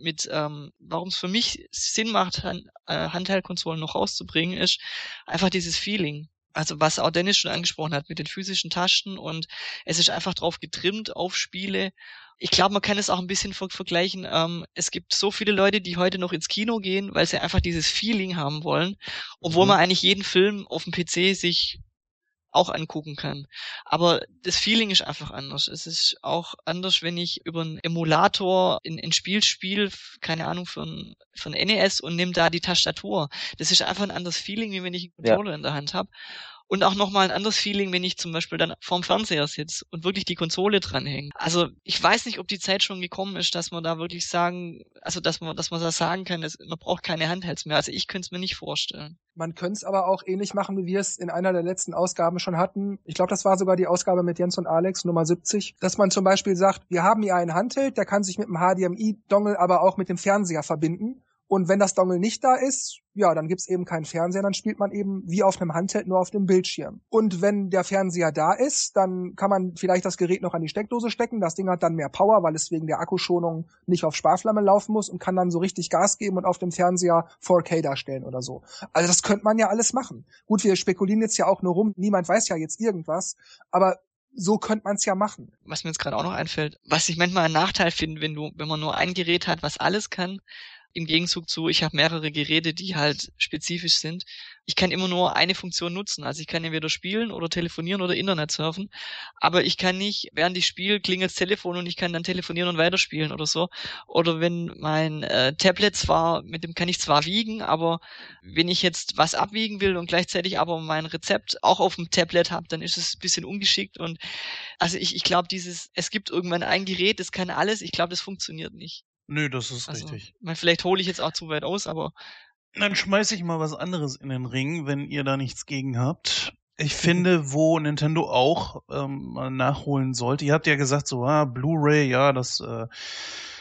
warum es für mich Sinn macht, Handheld-Konsolen noch rauszubringen, ist einfach dieses Feeling. Also was auch Dennis schon angesprochen hat mit den physischen Tasten, und es ist einfach drauf getrimmt auf Spiele. Ich glaube, man kann es auch ein bisschen vergleichen. Es gibt so viele Leute, die heute noch ins Kino gehen, weil sie einfach dieses Feeling haben wollen, obwohl man eigentlich jeden Film auf dem PC sich auch angucken kann. Aber das Feeling ist einfach anders. Es ist auch anders, wenn ich über einen Emulator ein Spiel spiele, keine Ahnung, von NES und nehme da die Tastatur. Das ist einfach ein anderes Feeling, wie wenn ich einen Controller in der Hand habe. Und auch nochmal ein anderes Feeling, wenn ich zum Beispiel dann vorm Fernseher sitze und wirklich die Konsole dranhänge. Also ich weiß nicht, ob die Zeit schon gekommen ist, dass man da wirklich sagen, also dass man da sagen kann, man braucht keine Handhelds mehr. Also ich könnte es mir nicht vorstellen. Man könnte es aber auch ähnlich machen, wie wir es in einer der letzten Ausgaben schon hatten. Ich glaube, das war sogar die Ausgabe mit Jens und Alex, Nummer 70. Dass man zum Beispiel sagt, wir haben hier einen Handheld, der kann sich mit dem HDMI-Dongle aber auch mit dem Fernseher verbinden. Und wenn das Dongle nicht da ist, ja, dann gibt's eben keinen Fernseher, dann spielt man eben wie auf einem Handheld nur auf dem Bildschirm. Und wenn der Fernseher da ist, dann kann man vielleicht das Gerät noch an die Steckdose stecken. Das Ding hat dann mehr Power, weil es wegen der Akkuschonung nicht auf Sparflamme laufen muss und kann dann so richtig Gas geben und auf dem Fernseher 4K darstellen oder so. Also das könnte man ja alles machen. Gut, wir spekulieren jetzt ja auch nur rum. Niemand weiß ja jetzt irgendwas. Aber so könnte man es ja machen. Was mir jetzt gerade auch noch einfällt, was ich manchmal einen Nachteil finde, wenn man nur ein Gerät hat, was alles kann, im Gegenzug zu, ich habe mehrere Geräte, die halt spezifisch sind. Ich kann immer nur eine Funktion nutzen. Also ich kann entweder spielen oder telefonieren oder Internet surfen. Aber ich kann nicht, während ich spiele, klingelt das Telefon und ich kann dann telefonieren und weiterspielen oder so. Oder wenn mein Tablet mit dem kann ich zwar wiegen, aber wenn ich jetzt was abwiegen will und gleichzeitig aber mein Rezept auch auf dem Tablet habe, dann ist es ein bisschen ungeschickt. Und also ich glaube, es gibt irgendwann ein Gerät, das kann alles. Ich glaube, das funktioniert nicht. Nö, das ist richtig. Vielleicht hole ich jetzt auch zu weit aus, aber... Dann schmeiß ich mal was anderes in den Ring, wenn ihr da nichts gegen habt. Ich finde, wo Nintendo auch mal nachholen sollte. Ihr habt ja gesagt, so, Blu-ray, ja, das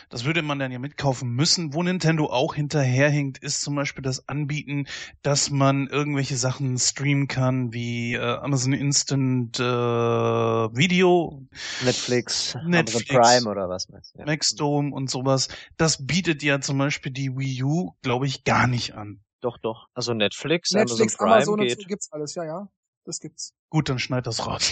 Das würde man dann ja mitkaufen müssen. Wo Nintendo auch hinterherhinkt, ist zum Beispiel das Anbieten, dass man irgendwelche Sachen streamen kann, wie Amazon Instant Video, Netflix, Amazon Prime oder was meinst du? Ja. Maxdome und sowas. Das bietet ja zum Beispiel die Wii U, glaube ich, gar nicht an. Doch. Also Netflix, Amazon geht. Und so gibt's alles, ja. Das gibt's. Gut, dann schneid das raus.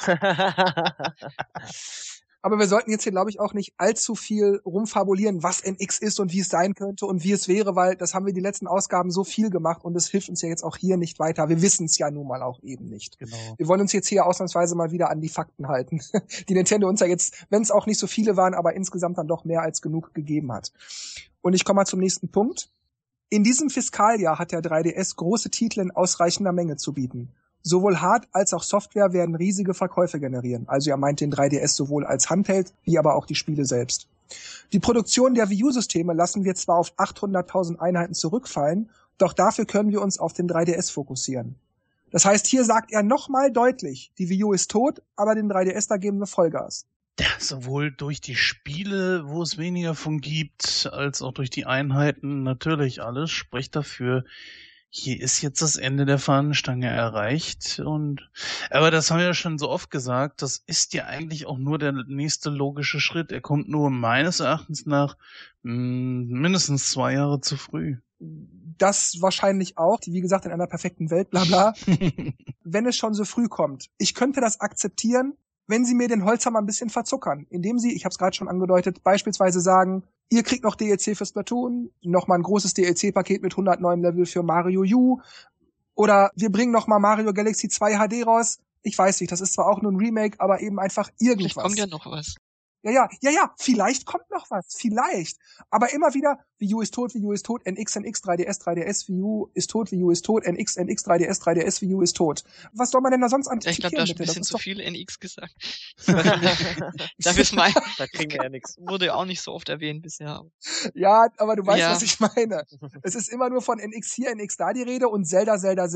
Aber wir sollten jetzt hier, glaube ich, auch nicht allzu viel rumfabulieren, was NX ist und wie es sein könnte und wie es wäre, weil das haben wir die letzten Ausgaben so viel gemacht und es hilft uns ja jetzt auch hier nicht weiter. Wir wissen es ja nun mal auch eben nicht. Genau. Wir wollen uns jetzt hier ausnahmsweise mal wieder an die Fakten halten, die Nintendo uns ja jetzt, wenn es auch nicht so viele waren, aber insgesamt dann doch mehr als genug gegeben hat. Und ich komme mal zum nächsten Punkt. In diesem Fiskaljahr hat der 3DS große Titel in ausreichender Menge zu bieten. Sowohl Hard- als auch Software werden riesige Verkäufe generieren. Also er meint den 3DS sowohl als Handheld, wie aber auch die Spiele selbst. Die Produktion der Wii U-Systeme lassen wir zwar auf 800.000 Einheiten zurückfallen, doch dafür können wir uns auf den 3DS fokussieren. Das heißt, hier sagt er nochmal deutlich, die Wii U ist tot, aber den 3DS, da geben wir Vollgas. Ja, sowohl durch die Spiele, wo es weniger von gibt, als auch durch die Einheiten, natürlich alles spricht dafür, hier ist jetzt das Ende der Fahnenstange erreicht aber das haben wir ja schon so oft gesagt, das ist ja eigentlich auch nur der nächste logische Schritt. Er kommt nur meines Erachtens nach mindestens 2 Jahre zu früh. Das wahrscheinlich auch, wie gesagt, in einer perfekten Welt, bla bla, wenn es schon so früh kommt. Ich könnte das akzeptieren, wenn sie mir den Holzhammer ein bisschen verzuckern, indem sie, ich habe es gerade schon angedeutet, beispielsweise sagen, ihr kriegt noch DLC für Splatoon, nochmal ein großes DLC-Paket mit 100 neuen Level für Mario U, oder wir bringen nochmal Mario Galaxy 2 HD raus. Ich weiß nicht, das ist zwar auch nur ein Remake, aber eben einfach irgendwas. Vielleicht kommt ja noch was. Ja, vielleicht kommt noch was, vielleicht. Aber immer wieder, Wii U ist tot, NX, 3DS, Wii U ist tot, NX, 3DS, Wii U ist tot. Was soll man denn da sonst antizipieren? Ich glaube, da ist ein bisschen zu viel NX gesagt. Dafür ist mein, da kriegen wir ja nichts. Wurde auch nicht so oft erwähnt bisher. Ja, aber du weißt, was ich meine. Es ist immer nur von NX hier, NX da die Rede und Zelda,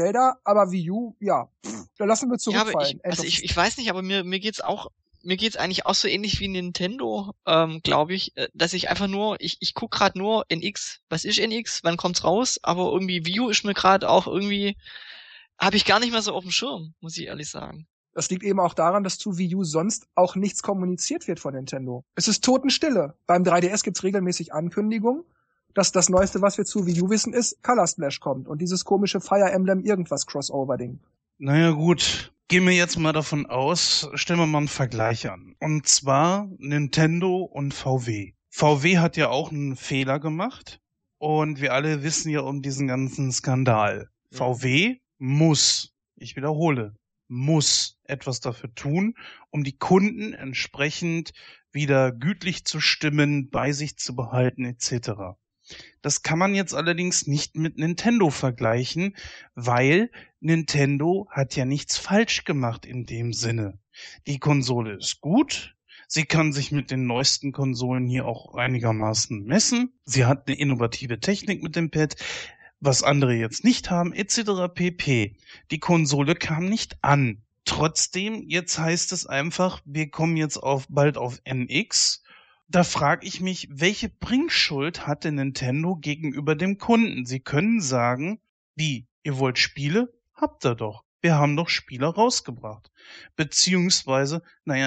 aber Wii U, da lassen wir zurückfallen. Ja, aber ich weiß nicht, aber mir geht's eigentlich auch so ähnlich wie Nintendo, glaube ich, dass ich einfach nur, ich guck gerade nur NX, was ist NX, wann kommt's raus, aber irgendwie Wii U ist mir gerade auch irgendwie, habe ich gar nicht mehr so auf dem Schirm, muss ich ehrlich sagen. Das liegt eben auch daran, dass zu Wii U sonst auch nichts kommuniziert wird von Nintendo. Es ist Totenstille. Beim 3DS gibt's regelmäßig Ankündigungen, dass das Neueste, was wir zu Wii U wissen, ist Color Splash kommt und dieses komische Fire Emblem irgendwas Crossover-Ding. Naja gut, gehen wir jetzt mal davon aus, stellen wir mal einen Vergleich an. Und zwar Nintendo und VW. VW hat ja auch einen Fehler gemacht und wir alle wissen ja um diesen ganzen Skandal. VW muss, ich wiederhole, muss etwas dafür tun, um die Kunden entsprechend wieder gütlich zu stimmen, bei sich zu behalten etc. Das kann man jetzt allerdings nicht mit Nintendo vergleichen, weil Nintendo hat ja nichts falsch gemacht in dem Sinne. Die Konsole ist gut, sie kann sich mit den neuesten Konsolen hier auch einigermaßen messen, sie hat eine innovative Technik mit dem Pad, was andere jetzt nicht haben, etc. pp. Die Konsole kam nicht an. Trotzdem, jetzt heißt es einfach, wir kommen jetzt bald auf NX. Da frage ich mich, welche Bringschuld hat denn Nintendo gegenüber dem Kunden? Sie können sagen, wie, ihr wollt Spiele? Habt ihr doch. Wir haben doch Spiele rausgebracht. Beziehungsweise,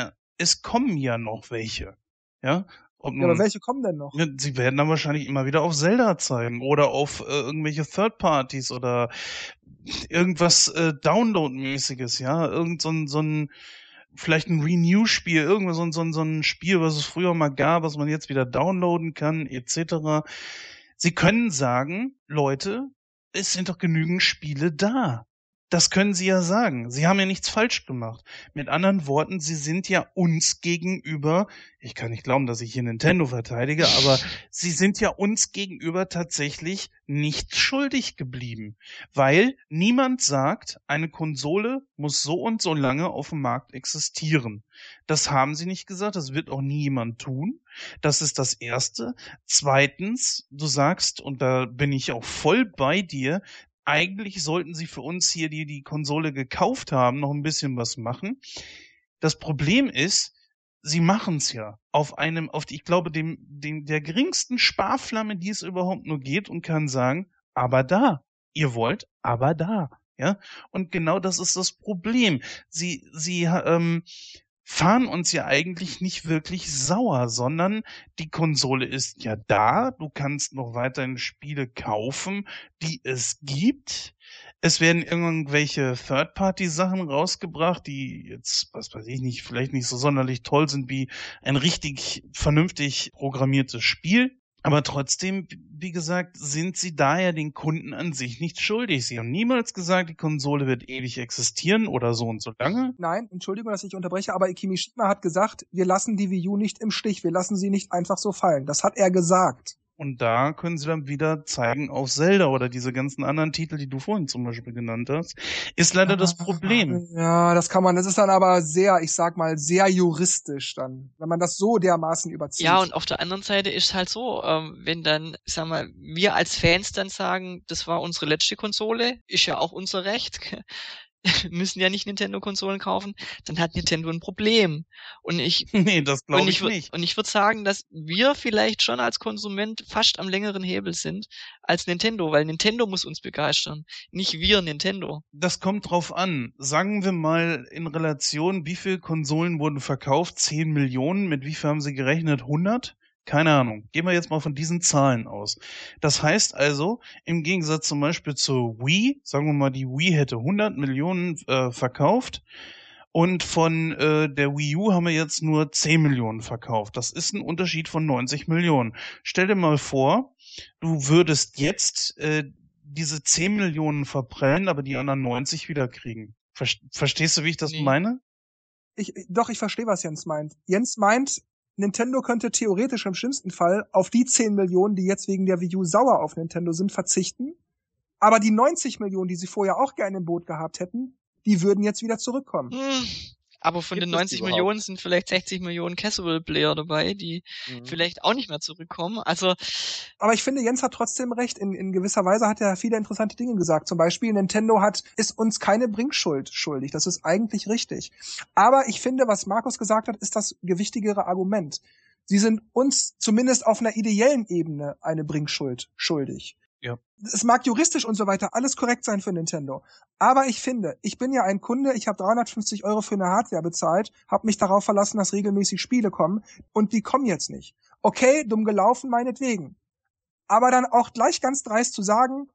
es kommen ja noch welche. Ja, aber welche kommen denn noch? Ja, sie werden dann wahrscheinlich immer wieder auf Zelda zeigen oder auf irgendwelche Third-Parties oder irgendwas Download-mäßiges, ja, so ein vielleicht ein Renew-Spiel, irgendwas so ein Spiel, was es früher mal gab, was man jetzt wieder downloaden kann, etc. Sie können sagen, Leute, es sind doch genügend Spiele da. Das können sie ja sagen. Sie haben ja nichts falsch gemacht. Mit anderen Worten, sie sind ja uns gegenüber, ich kann nicht glauben, dass ich hier Nintendo verteidige, aber sie sind ja uns gegenüber tatsächlich nicht schuldig geblieben. Weil niemand sagt, eine Konsole muss so und so lange auf dem Markt existieren. Das haben sie nicht gesagt, das wird auch nie jemand tun. Das ist das Erste. Zweitens, du sagst, und da bin ich auch voll bei dir, eigentlich sollten sie für uns hier, die Konsole gekauft haben, noch ein bisschen was machen. Das Problem ist, sie machen's ja ich glaube, der geringsten Sparflamme, die es überhaupt nur geht, und kann sagen, aber da, ihr wollt, aber da, ja. Und genau das ist das Problem. Sie fahren uns ja eigentlich nicht wirklich sauer, sondern die Konsole ist ja da, du kannst noch weiterhin Spiele kaufen, die es gibt. Es werden irgendwelche Third-Party-Sachen rausgebracht, die jetzt, was weiß ich nicht, vielleicht nicht so sonderlich toll sind wie ein richtig vernünftig programmiertes Spiel. Aber trotzdem, wie gesagt, sind sie daher den Kunden an sich nicht schuldig. Sie haben niemals gesagt, die Konsole wird ewig existieren oder so und so lange. Nein, Entschuldigung, dass ich unterbreche, aber Kimishima hat gesagt, wir lassen die Wii U nicht im Stich, wir lassen sie nicht einfach so fallen. Das hat er gesagt. Und da können sie dann wieder zeigen auf Zelda oder diese ganzen anderen Titel, die du vorhin zum Beispiel genannt hast. Ist leider das Problem. Ja, das ist dann aber sehr, ich sag mal, sehr juristisch dann, wenn man das so dermaßen überzieht. Ja, und auf der anderen Seite ist halt so, wenn dann, sag mal, wir als Fans dann sagen, das war unsere letzte Konsole, ist ja auch unser Recht, müssen ja nicht Nintendo-Konsolen kaufen, dann hat Nintendo ein Problem. Nee, das glaube ich nicht. Und ich würde sagen, dass wir vielleicht schon als Konsument fast am längeren Hebel sind als Nintendo, weil Nintendo muss uns begeistern, nicht wir Nintendo. Das kommt drauf an. Sagen wir mal in Relation, wie viele Konsolen wurden verkauft? 10 Millionen. Mit wie viel haben sie gerechnet? 100? Keine Ahnung. Gehen wir jetzt mal von diesen Zahlen aus. Das heißt also, im Gegensatz zum Beispiel zur Wii, sagen wir mal, die Wii hätte 100 Millionen verkauft und von der Wii U haben wir jetzt nur 10 Millionen verkauft. Das ist ein Unterschied von 90 Millionen. Stell dir mal vor, du würdest jetzt diese 10 Millionen verprellen, aber die anderen 90 wieder kriegen. Verstehst du, wie ich das meine? Ich verstehe, was Jens meint. Jens meint, Nintendo könnte theoretisch im schlimmsten Fall auf die 10 Millionen, die jetzt wegen der Wii U sauer auf Nintendo sind, verzichten. Aber die 90 Millionen, die sie vorher auch gerne im Boot gehabt hätten, die würden jetzt wieder zurückkommen. Aber von den 90 Millionen sind vielleicht 60 Millionen Casual-Player dabei, die vielleicht auch nicht mehr zurückkommen. Aber ich finde, Jens hat trotzdem recht. In gewisser Weise hat er viele interessante Dinge gesagt. Zum Beispiel, Nintendo ist uns keine Bringschuld schuldig. Das ist eigentlich richtig. Aber ich finde, was Markus gesagt hat, ist das gewichtigere Argument. Sie sind uns zumindest auf einer ideellen Ebene eine Bringschuld schuldig. Ja. Es mag juristisch und so weiter alles korrekt sein für Nintendo. Aber ich finde, ich bin ja ein Kunde, ich habe 350 € für eine Hardware bezahlt, habe mich darauf verlassen, dass regelmäßig Spiele kommen und die kommen jetzt nicht. Okay, dumm gelaufen, meinetwegen. Aber dann auch gleich ganz dreist zu sagen,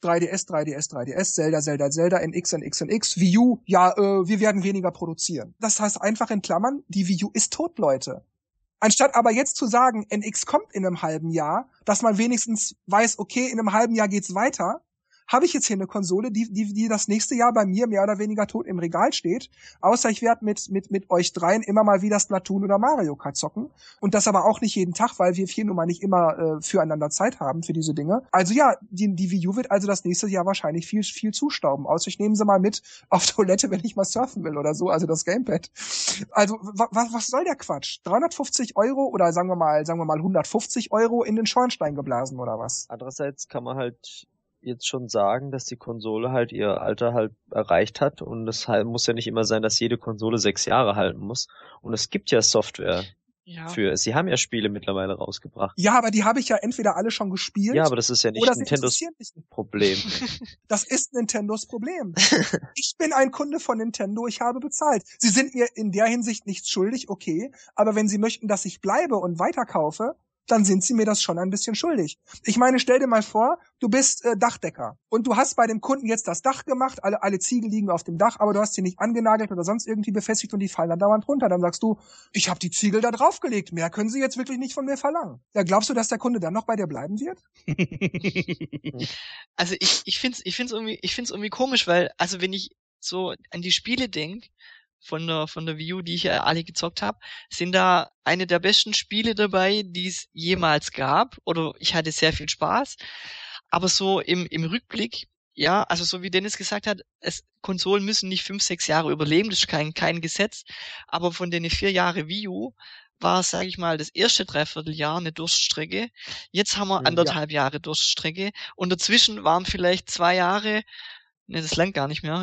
3DS, Zelda, NX, Wii U, ja, wir werden weniger produzieren. Das heißt einfach in Klammern, die Wii U ist tot, Leute. Anstatt aber jetzt zu sagen, NX kommt in einem halben Jahr, dass man wenigstens weiß, okay, in einem halben Jahr geht's weiter, habe ich jetzt hier eine Konsole, die das nächste Jahr bei mir mehr oder weniger tot im Regal steht, außer ich werde mit euch dreien immer mal wieder Splatoon oder Mario Kart zocken und das aber auch nicht jeden Tag, weil wir vier nun mal nicht immer füreinander Zeit haben für diese Dinge. Also ja, die Wii U wird also das nächste Jahr wahrscheinlich viel zustauben, außer ich nehme sie mal mit auf Toilette, wenn ich mal surfen will oder so, also das Gamepad. Also was soll der Quatsch? 350 € oder sagen wir mal 150 € in den Schornstein geblasen oder was? Andererseits kann man halt jetzt schon sagen, dass die Konsole halt ihr Alter halt erreicht hat und es halt muss ja nicht immer sein, dass jede Konsole 6 Jahre halten muss. Und es gibt ja Software für. Sie haben ja Spiele mittlerweile rausgebracht. Ja, aber die habe ich ja entweder alle schon gespielt. Ja, aber das ist ja nicht Nintendos Problem. Das ist Nintendos Problem. Ich bin ein Kunde von Nintendo, ich habe bezahlt. Sie sind mir in der Hinsicht nichts schuldig, okay, aber wenn sie möchten, dass ich bleibe und weiterkaufe, dann sind sie mir das schon ein bisschen schuldig. Ich meine, stell dir mal vor, du bist Dachdecker und du hast bei dem Kunden jetzt das Dach gemacht, alle Ziegel liegen auf dem Dach, aber du hast sie nicht angenagelt oder sonst irgendwie befestigt und die fallen dann dauernd runter. Dann sagst du, ich habe die Ziegel da draufgelegt, mehr können sie jetzt wirklich nicht von mir verlangen. Ja, glaubst du, dass der Kunde dann noch bei dir bleiben wird? Also ich find's irgendwie komisch, weil, also wenn ich so an die Spiele denke, von der Wii U, die ich ja alle gezockt habe, sind da eine der besten Spiele dabei, die es jemals gab. Oder ich hatte sehr viel Spaß. Aber so im Rückblick, ja, also so wie Dennis gesagt hat, Konsolen müssen nicht 5, 6 Jahre überleben, das ist kein Gesetz. Aber von den 4 Jahre Wii U war, sage ich mal, das erste Dreivierteljahr eine Durststrecke. Jetzt haben wir 1,5 Jahre Durststrecke. Und dazwischen waren vielleicht 2 Jahre, Ne, das langt gar nicht mehr.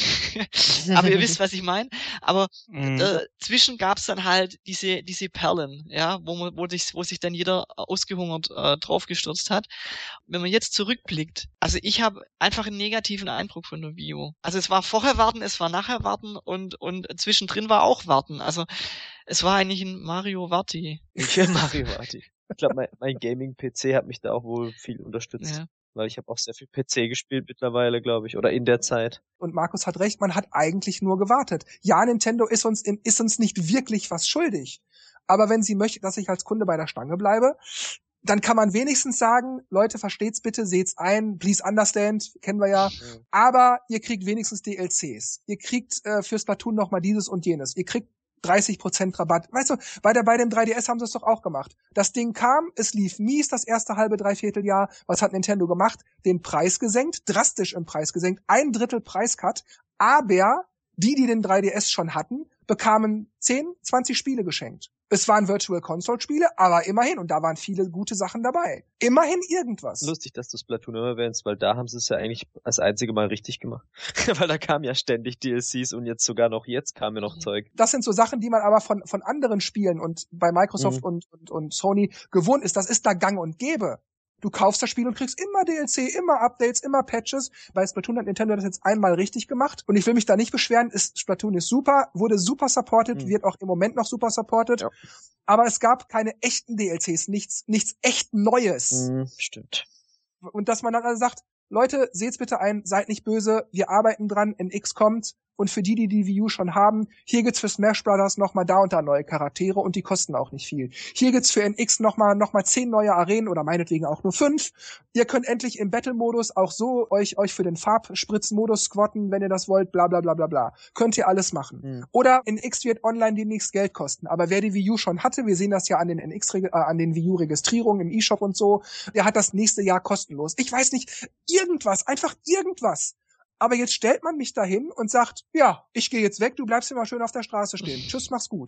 Aber ihr wisst, was ich meine. Aber dazwischen gab's dann halt diese Perlen, ja, wo sich dann jeder ausgehungert draufgestürzt hat. Wenn man jetzt zurückblickt, also ich habe einfach einen negativen Eindruck von der Wii U. Also es war vorher warten, es war nachher warten und zwischendrin war auch warten. Also es war eigentlich ein Mario Varti. Mario Varti. Ich glaube, mein Gaming-PC hat mich da auch wohl viel unterstützt. Ja. Weil ich habe auch sehr viel PC gespielt mittlerweile, glaube ich, oder in der Zeit. Und Markus hat recht, man hat eigentlich nur gewartet. Ja, Nintendo ist uns nicht wirklich was schuldig. Aber wenn sie möchte, dass ich als Kunde bei der Stange bleibe, dann kann man wenigstens sagen, Leute, versteht's bitte, seht's ein, please understand, kennen wir ja. Aber ihr kriegt wenigstens DLCs. Ihr kriegt für Splatoon noch mal dieses und jenes. Ihr kriegt 30% Rabatt. Weißt du, bei dem 3DS haben sie es doch auch gemacht. Das Ding kam, es lief mies das erste halbe, dreiviertel Jahr. Was hat Nintendo gemacht? Den Preis gesenkt, drastisch im Preis gesenkt, 1/3 Preiscut. Aber die den 3DS schon hatten, bekamen 10, 20 Spiele geschenkt. Es waren Virtual Console Spiele, aber immerhin, und da waren viele gute Sachen dabei. Immerhin irgendwas. Lustig, dass du Splatoon immer erwähnst, weil da haben sie es ja eigentlich als einzige Mal richtig gemacht. Weil da kamen ja ständig DLCs und jetzt kam ja noch Zeug. Das sind so Sachen, die man aber von anderen Spielen und bei Microsoft und Sony gewohnt ist. Das ist da gang und gäbe. Du kaufst das Spiel und kriegst immer DLC, immer Updates, immer Patches. Bei Splatoon hat Nintendo das jetzt einmal richtig gemacht. Und ich will mich da nicht beschweren. Splatoon ist super, wurde super supported, wird auch im Moment noch super supported. Ja. Aber es gab keine echten DLCs, nichts echt Neues. Stimmt. Und dass man dann also sagt, Leute, seht's bitte ein, seid nicht böse, wir arbeiten dran, NX kommt. Und für die Wii U schon haben, hier gibt's für Smash Brothers nochmal da und da neue Charaktere und die kosten auch nicht viel. Hier gibt's für NX nochmal 10 neue Arenen oder meinetwegen auch nur 5. Ihr könnt endlich im Battle-Modus auch so euch für den Farbspritzen-Modus squatten, wenn ihr das wollt, bla bla bla bla bla. Könnt ihr alles machen. Oder NX wird online demnächst Geld kosten. Aber wer die Wii U schon hatte, wir sehen das ja an den an den Wii U-Registrierungen im eShop und so, der hat das nächste Jahr kostenlos. Ich weiß nicht, einfach irgendwas. Aber jetzt stellt man mich dahin und sagt, ja, ich gehe jetzt weg, du bleibst immer schön auf der Straße stehen. Tschüss, mach's gut.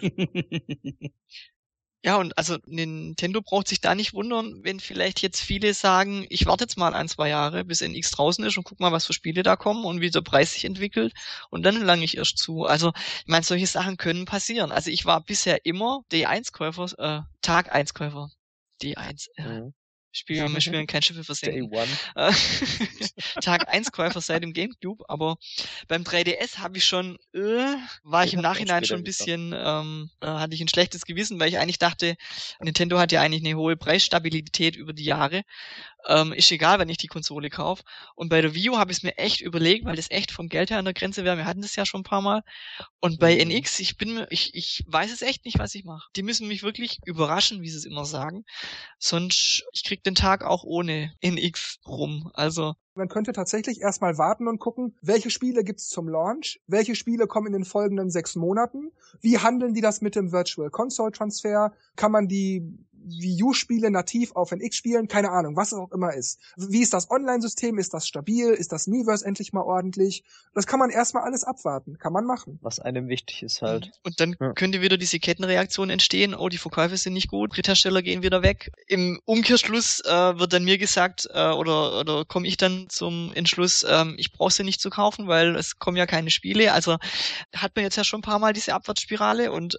Ja, und also Nintendo braucht sich da nicht wundern, wenn vielleicht jetzt viele sagen, ich warte jetzt mal 1-2 Jahre, bis NX draußen ist und guck mal, was für Spiele da kommen und wie der Preis sich entwickelt und dann lange ich erst zu. Also, ich meine, solche Sachen können passieren. Also ich war bisher immer D1-Käufer, Tag 1-Käufer. D1, wir spielen kein Schiffe versenken. Tag 1 Käufer seit dem GameCube, aber beim 3DS habe ich schon, war ich im Nachhinein schon ein bisschen, hatte ich ein schlechtes Gewissen, weil ich eigentlich dachte, Nintendo hat ja eigentlich eine hohe Preisstabilität über die Jahre. Ist egal, wenn ich die Konsole kaufe. Und bei der Wii U habe ich es mir echt überlegt, weil das echt vom Geld her an der Grenze wäre. Wir hatten das ja schon ein paar Mal. Und bei NX, ich weiß es echt nicht, was ich mache. Die müssen mich wirklich überraschen, wie sie es immer sagen. Sonst, ich krieg den Tag auch ohne NX rum. Also. Man könnte tatsächlich erstmal warten und gucken, welche Spiele gibt's zum Launch, welche Spiele kommen in den folgenden 6 Monaten, wie handeln die das mit dem Virtual Console Transfer, kann man die Wii U-Spiele nativ auf NX spielen, keine Ahnung, was es auch immer ist. Wie ist das Online-System, ist das stabil, ist das Miiverse endlich mal ordentlich? Das kann man erstmal alles abwarten, kann man machen. Was einem wichtig ist halt. Und dann könnte wieder diese Kettenreaktion entstehen, oh, die Verkäufe sind nicht gut, Dritthersteller gehen wieder weg. Im Umkehrschluss wird dann mir gesagt, oder komme ich dann zum Entschluss, ich brauche sie nicht zu kaufen, weil es kommen ja keine Spiele. Also hat man jetzt ja schon ein paar Mal diese Abwärtsspirale und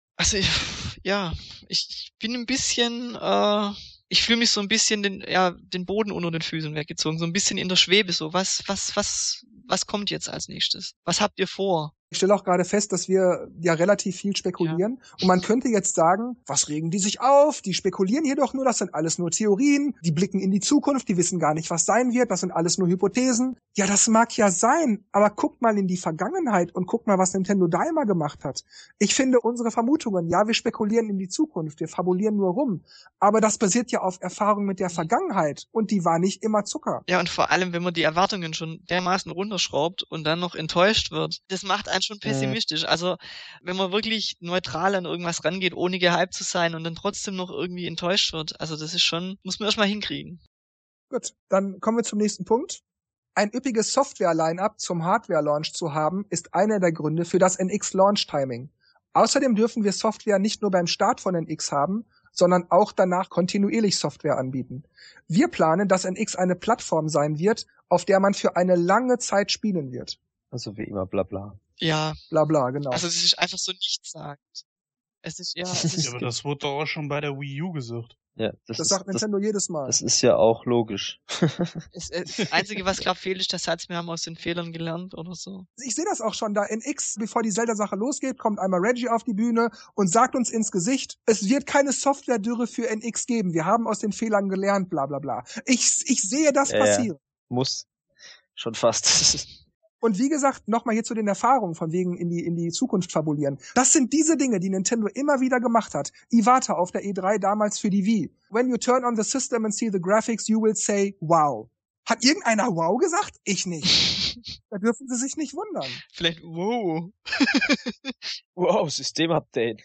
ich bin ein bisschen, ich fühle mich so ein bisschen den Boden unter den Füßen weggezogen, so ein bisschen in der Schwebe, so was kommt jetzt als nächstes? Was habt ihr vor? Ich stelle auch gerade fest, dass wir ja relativ viel spekulieren. Ja. Und man könnte jetzt sagen, was regen die sich auf? Die spekulieren hier doch nur, das sind alles nur Theorien. Die blicken in die Zukunft, die wissen gar nicht, was sein wird. Das sind alles nur Hypothesen. Ja, das mag ja sein, aber guckt mal in die Vergangenheit und guckt mal, was Nintendo da immer gemacht hat. Ich finde unsere Vermutungen, ja, wir spekulieren in die Zukunft, wir fabulieren nur rum. Aber das basiert ja auf Erfahrung mit der Vergangenheit und die war nicht immer Zucker. Ja, und vor allem, wenn man die Erwartungen schon dermaßen runterschraubt und dann noch enttäuscht wird, das macht einen schon pessimistisch. Also, wenn man wirklich neutral an irgendwas rangeht, ohne gehypt zu sein und dann trotzdem noch irgendwie enttäuscht wird, also das ist schon, muss man erstmal hinkriegen. Gut, dann kommen wir zum nächsten Punkt. Ein üppiges Software-Line-Up zum Hardware-Launch zu haben, ist einer der Gründe für das NX-Launch-Timing. Außerdem dürfen wir Software nicht nur beim Start von NX haben, sondern auch danach kontinuierlich Software anbieten. Wir planen, dass NX eine Plattform sein wird, auf der man für eine lange Zeit spielen wird. Also wie immer, bla bla. Ja, Bla bla, genau. also das ist einfach so nichtssagend. Es ist, es ist Ja, aber das wurde doch auch schon bei der Wii U gesagt. Ja, das sagt Nintendo jedes Mal. Das ist ja auch logisch. das Einzige, was gerade fehlt, ist der Satz, wir haben aus den Fehlern gelernt oder so. Ich sehe das auch schon da. NX, bevor die Zelda-Sache losgeht, kommt einmal Reggie auf die Bühne und sagt uns ins Gesicht, es wird keine Software-Dürre für NX geben. Wir haben aus den Fehlern gelernt, bla bla bla. Ich sehe das passieren. Muss. Schon fast. Und wie gesagt, nochmal hier zu den Erfahrungen von wegen in die Zukunft fabulieren. Das sind diese Dinge, die Nintendo immer wieder gemacht hat. Iwata auf der E3 damals für die Wii. When you turn on the system and see the graphics, you will say, wow. Hat irgendeiner wow gesagt? Ich nicht. Da dürfen sie sich nicht wundern. Vielleicht, wow. Wow, Systemupdate.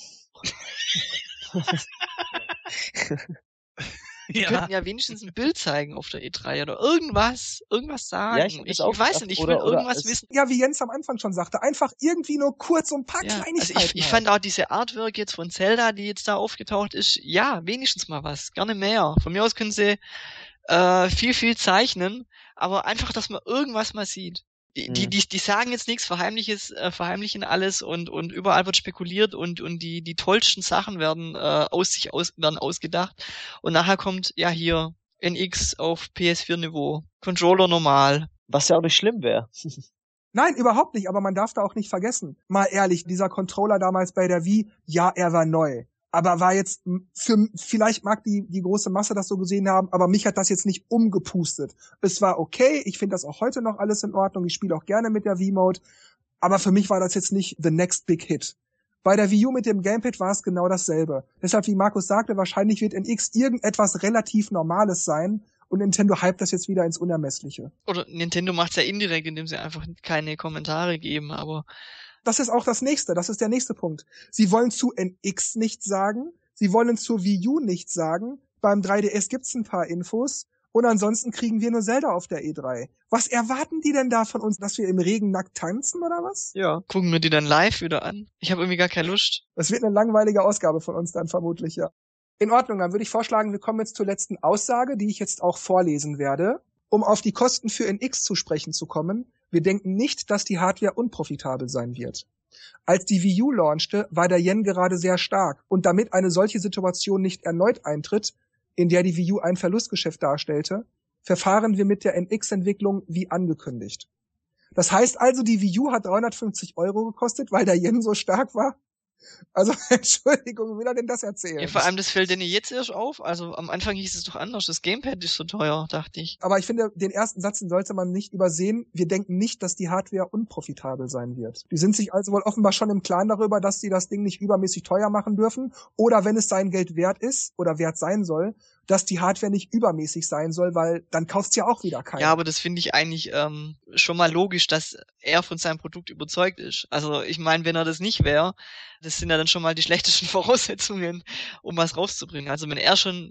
Die könnten ja wenigstens ein Bild zeigen auf der E3 oder irgendwas sagen. Ja, ich weiß nicht, ich will irgendwas wissen. Ja, wie Jens am Anfang schon sagte, einfach irgendwie nur kurz und ein paar Kleinigkeiten. Also ich fand auch diese Artwork jetzt von Zelda, die jetzt da aufgetaucht ist, ja, wenigstens mal was, gerne mehr. Von mir aus können sie viel zeichnen, aber einfach, dass man irgendwas mal sieht. Die sagen jetzt nichts, verheimlichen alles und überall wird spekuliert und die tollsten Sachen werden ausgedacht und nachher kommt ja hier NX auf PS4 Niveau, Controller normal. Was ja auch nicht schlimm wäre. Nein, überhaupt nicht, aber man darf da auch nicht vergessen. Mal ehrlich, dieser Controller damals bei der Wii, ja, er war neu. Aber war jetzt, vielleicht mag die große Masse das so gesehen haben, aber mich hat das jetzt nicht umgepustet. Es war okay, ich finde das auch heute noch alles in Ordnung, ich spiele auch gerne mit der Wii-Mode, aber für mich war das jetzt nicht the next big hit. Bei der Wii U mit dem Gamepad war es genau dasselbe. Deshalb, wie Markus sagte, wahrscheinlich wird NX irgendetwas relativ Normales sein und Nintendo hypt das jetzt wieder ins Unermessliche. Oder Nintendo macht's ja indirekt, indem sie einfach keine Kommentare geben, aber das ist auch das nächste, das ist der nächste Punkt. Sie wollen zu NX nichts sagen, sie wollen zur Wii U nichts sagen, beim 3DS gibt's ein paar Infos und ansonsten kriegen wir nur Zelda auf der E3. Was erwarten die denn da von uns, dass wir im Regen nackt tanzen oder was? Ja. Gucken wir die dann live wieder an? Ich habe irgendwie gar keine Lust. Das wird eine langweilige Ausgabe von uns dann vermutlich, ja. In Ordnung, dann würde ich vorschlagen, wir kommen jetzt zur letzten Aussage, die ich jetzt auch vorlesen werde. Um auf die Kosten für NX zu sprechen zu kommen, wir denken nicht, dass die Hardware unprofitabel sein wird. Als die Wii U launchte, war der Yen gerade sehr stark und damit eine solche Situation nicht erneut eintritt, in der die Wii U ein Verlustgeschäft darstellte, verfahren wir mit der NX-Entwicklung wie angekündigt. Das heißt also, die Wii U hat 350 € gekostet, weil der Yen so stark war? Also, Entschuldigung, wie will er denn das erzählen? Ja, vor allem, das fällt denen jetzt erst auf. Also am Anfang hieß es doch anders. Das Gamepad ist so teuer, dachte ich. Aber ich finde, den ersten Satz sollte man nicht übersehen. Wir denken nicht, dass die Hardware unprofitabel sein wird. Die sind sich also wohl offenbar schon im Klaren darüber, dass sie das Ding nicht übermäßig teuer machen dürfen. Oder wenn es sein Geld wert ist oder wert sein soll, dass die Hardware nicht übermäßig sein soll, weil dann kauft's ja auch wieder keiner. Ja, aber das finde ich eigentlich schon mal logisch, dass er von seinem Produkt überzeugt ist. Also ich meine, wenn er das nicht wäre, das sind ja dann schon mal die schlechtesten Voraussetzungen, um was rauszubringen. Also wenn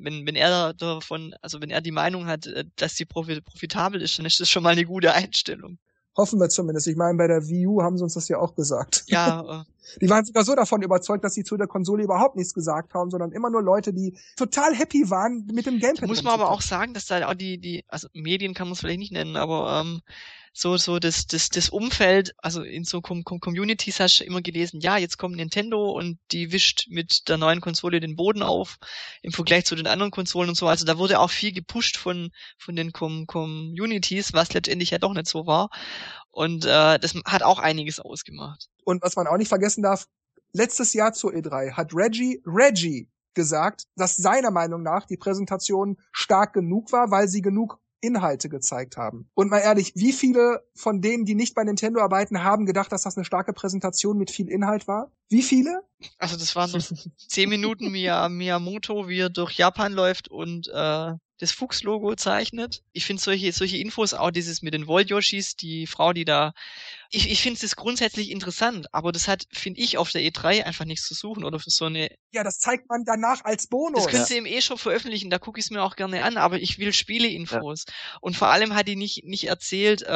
er die Meinung hat, dass die profitabel ist, dann ist das schon mal eine gute Einstellung. Hoffen wir zumindest. Ich meine, bei der Wii U haben sie uns das ja auch gesagt. Ja. Die waren sogar so davon überzeugt, dass sie zu der Konsole überhaupt nichts gesagt haben, sondern immer nur Leute, die total happy waren mit dem Gamepad. Da muss man aber auch sagen, dass da auch also Medien kann man es vielleicht nicht nennen, aber so das Umfeld, also in so Communities hast du immer gelesen, ja, jetzt kommt Nintendo und die wischt mit der neuen Konsole den Boden auf im Vergleich zu den anderen Konsolen und so. Also da wurde auch viel gepusht von den Communities, was letztendlich ja doch nicht so war. Und das hat auch einiges ausgemacht. Und was man auch nicht vergessen darf, letztes Jahr zur E3 hat Reggie gesagt, dass seiner Meinung nach die Präsentation stark genug war, weil sie genug Inhalte gezeigt haben. Und mal ehrlich, wie viele von denen, die nicht bei Nintendo arbeiten, haben gedacht, dass das eine starke Präsentation mit viel Inhalt war? Wie viele? Also das waren so 10 Minuten Miyamoto, wie er durch Japan läuft und das Fuchs-Logo zeichnet. Ich finde solche Infos, auch dieses mit den Volt-Yoshis, die Frau, die da... Ich finde es grundsätzlich interessant, aber das hat, finde ich, auf der E3 einfach nichts zu suchen oder für so eine... Ja, das zeigt man danach als Bonus. Das können sie im schon veröffentlichen, da gucke ich es mir auch gerne an, aber ich will Spieleinfos. Ja. Und vor allem hat die nicht erzählt,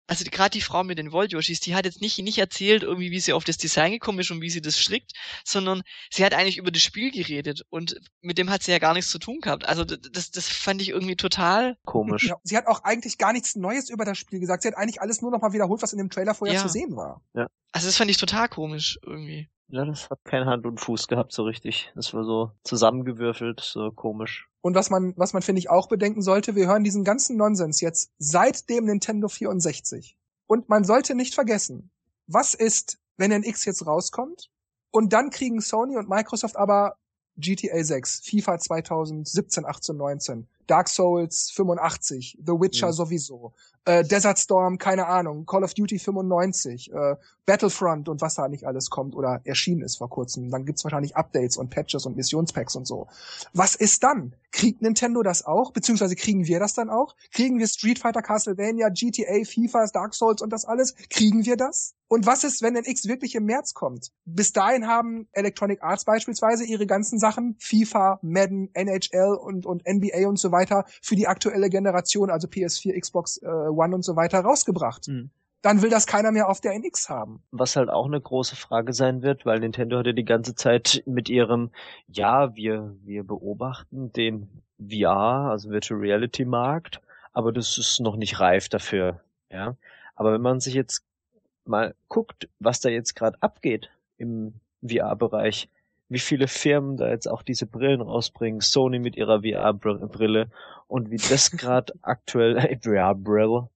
also gerade die Frau mit den Volt-Yoshis, die hat jetzt nicht erzählt irgendwie, wie sie auf das Design gekommen ist und wie sie das strickt, sondern sie hat eigentlich über das Spiel geredet und mit dem hat sie ja gar nichts zu tun gehabt. Also das fand ich irgendwie total komisch. Ja, sie hat auch eigentlich gar nichts Neues über das Spiel gesagt. Sie hat eigentlich alles nur noch mal wiederholt, was in dem Trailer vorher zu sehen war. Ja. Also das fand ich total komisch irgendwie. Ja, das hat keine Hand und Fuß gehabt so richtig. Das war so zusammengewürfelt, so komisch. Und was man finde ich auch bedenken sollte, wir hören diesen ganzen Nonsens jetzt seit dem Nintendo 64. Und man sollte nicht vergessen, was ist, wenn NX jetzt rauskommt und dann kriegen Sony und Microsoft aber GTA 6, FIFA 2017, 18, 19, Dark Souls 85, The Witcher sowieso, Desert Storm, keine Ahnung, Call of Duty 95, Battlefront und was da nicht alles kommt oder erschienen ist vor kurzem. Dann gibt's wahrscheinlich Updates und Patches und Missionspacks und so. Was ist dann? Kriegt Nintendo das auch? Beziehungsweise kriegen wir das dann auch? Kriegen wir Street Fighter, Castlevania, GTA, FIFA, Dark Souls und das alles? Kriegen wir das? Und was ist, wenn NX wirklich im März kommt? Bis dahin haben Electronic Arts beispielsweise ihre ganzen Sachen, FIFA, Madden, NHL und NBA und so weiter, für die aktuelle Generation, also PS4, Xbox One und so weiter, rausgebracht. Dann will das keiner mehr auf der NX haben. Was halt auch eine große Frage sein wird, weil Nintendo hatte die ganze Zeit mit ihrem, ja, wir beobachten den VR, also Virtual Reality Markt, aber das ist noch nicht reif dafür, ja. Aber wenn man sich jetzt mal guckt, was da jetzt gerade abgeht im VR-Bereich, wie viele Firmen da jetzt auch diese Brillen rausbringen, Sony mit ihrer VR-Brille und wie das gerade aktuell, VR-Brille,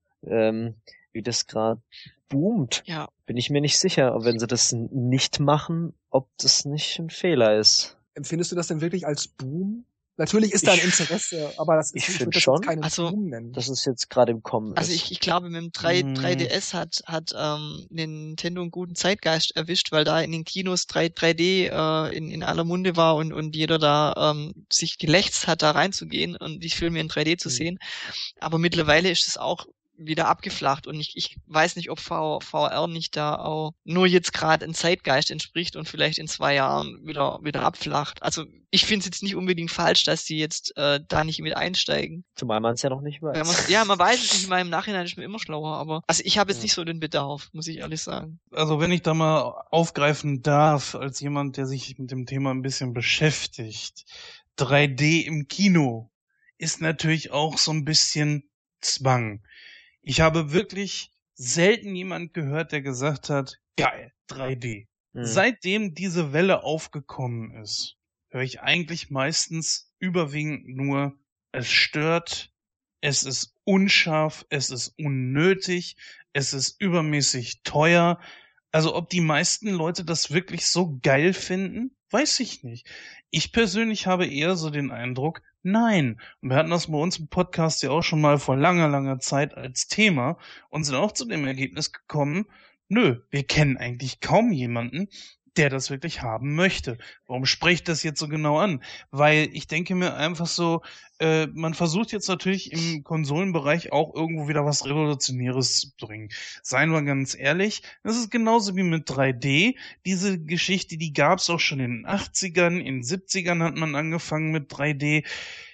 wie das gerade boomt, bin ich mir nicht sicher, wenn sie das nicht machen, ob das nicht ein Fehler ist. Empfindest du das denn wirklich als Boom? Natürlich ist da ein Interesse, aber das ist, ich würde schon, das keinen Boom nennen. dass es jetzt gerade im Kommen ist. Also ich glaube, mit dem 3DS hat Nintendo einen guten Zeitgeist erwischt, weil da in den Kinos 3D in aller Munde war und jeder da sich gelächzt hat, da reinzugehen und die Filme in 3D zu sehen. Aber mittlerweile ist es auch wieder abgeflacht und ich weiß nicht, ob VR nicht da auch nur jetzt gerade ein Zeitgeist entspricht und vielleicht in 2 Jahren wieder abflacht. Also ich finde es jetzt nicht unbedingt falsch, dass die jetzt da nicht mit einsteigen. Zumal man es ja noch nicht weiß. Man weiß es nicht, im Nachhinein ist man immer schlauer, aber also ich habe jetzt nicht so den Bedarf, muss ich ehrlich sagen. Also wenn ich da mal aufgreifen darf, als jemand, der sich mit dem Thema ein bisschen beschäftigt, 3D im Kino ist natürlich auch so ein bisschen Zwang. Ich habe wirklich selten jemand gehört, der gesagt hat, geil, 3D. Seitdem diese Welle aufgekommen ist, höre ich eigentlich meistens überwiegend nur, es stört, es ist unscharf, es ist unnötig, es ist übermäßig teuer. Also ob die meisten Leute das wirklich so geil finden, weiß ich nicht. Ich persönlich habe eher so den Eindruck, nein. Und wir hatten das bei uns im Podcast ja auch schon mal vor langer, langer Zeit als Thema und sind auch zu dem Ergebnis gekommen, nö, wir kennen eigentlich kaum jemanden, der das wirklich haben möchte. Warum spricht das jetzt so genau an? Weil ich denke mir einfach so, man versucht jetzt natürlich im Konsolenbereich auch irgendwo wieder was Revolutionäres zu bringen. Seien wir ganz ehrlich, das ist genauso wie mit 3D. Diese Geschichte, die gab es auch schon in den 80ern, in den 70ern hat man angefangen mit 3D.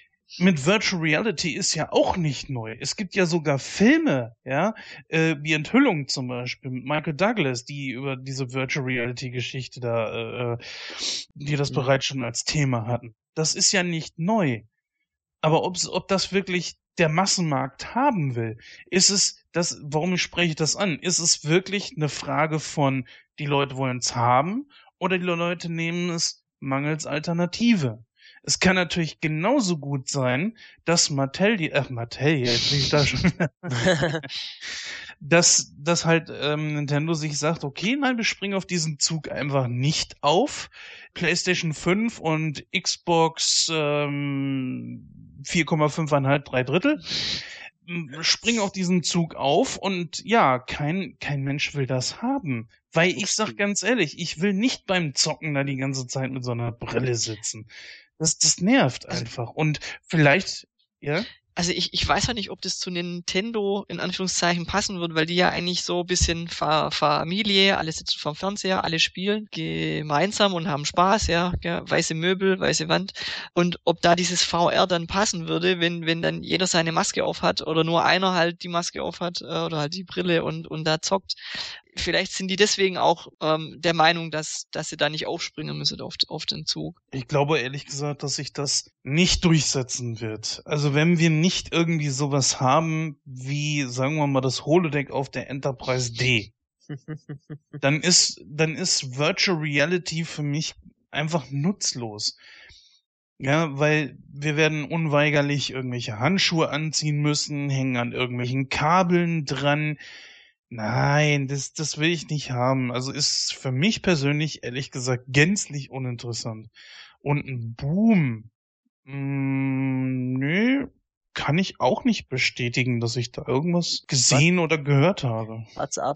Mit Virtual Reality ist ja auch nicht neu. Es gibt ja sogar Filme, ja, wie Enthüllung zum Beispiel mit Michael Douglas, die über diese Virtual Reality Geschichte da, die das bereits schon als Thema hatten. Das ist ja nicht neu. Aber ob das wirklich der Massenmarkt haben will, ist es das, warum spreche ich das an? Ist es wirklich eine Frage von, die Leute wollen es haben oder die Leute nehmen es mangels Alternative? Es kann natürlich genauso gut sein, dass Mattel, jetzt bin ich da schon, dass halt Nintendo sich sagt, okay, nein, wir springen auf diesen Zug einfach nicht auf. PlayStation 5 und Xbox 4,5, 3 Drittel springen auf diesen Zug auf und ja, kein Mensch will das haben. Weil ich sag ganz ehrlich, ich will nicht beim Zocken da die ganze Zeit mit so einer Brille sitzen. Das nervt einfach. Und vielleicht, ja? Also ich weiß ja nicht, ob das zu Nintendo in Anführungszeichen passen wird, weil die ja eigentlich so ein bisschen Familie, alle sitzen vorm Fernseher, alle spielen gemeinsam und haben Spaß, ja, weiße Möbel, weiße Wand. Und ob da dieses VR dann passen würde, wenn dann jeder seine Maske auf hat oder nur einer halt die Maske auf hat oder halt die Brille und da zockt. Vielleicht sind die deswegen auch der Meinung, dass sie da nicht aufspringen müssen auf den Zug. Ich glaube ehrlich gesagt, dass sich das nicht durchsetzen wird. Also wenn wir nicht irgendwie sowas haben wie, sagen wir mal, das Holodeck auf der Enterprise D, dann ist Virtual Reality für mich einfach nutzlos. Ja, weil wir werden unweigerlich irgendwelche Handschuhe anziehen müssen, hängen an irgendwelchen Kabeln dran. Nein, das will ich nicht haben. Also ist für mich persönlich, ehrlich gesagt, gänzlich uninteressant. Und ein Boom, nö, kann ich auch nicht bestätigen, dass ich da irgendwas gesehen oder gehört habe. Wart's ab.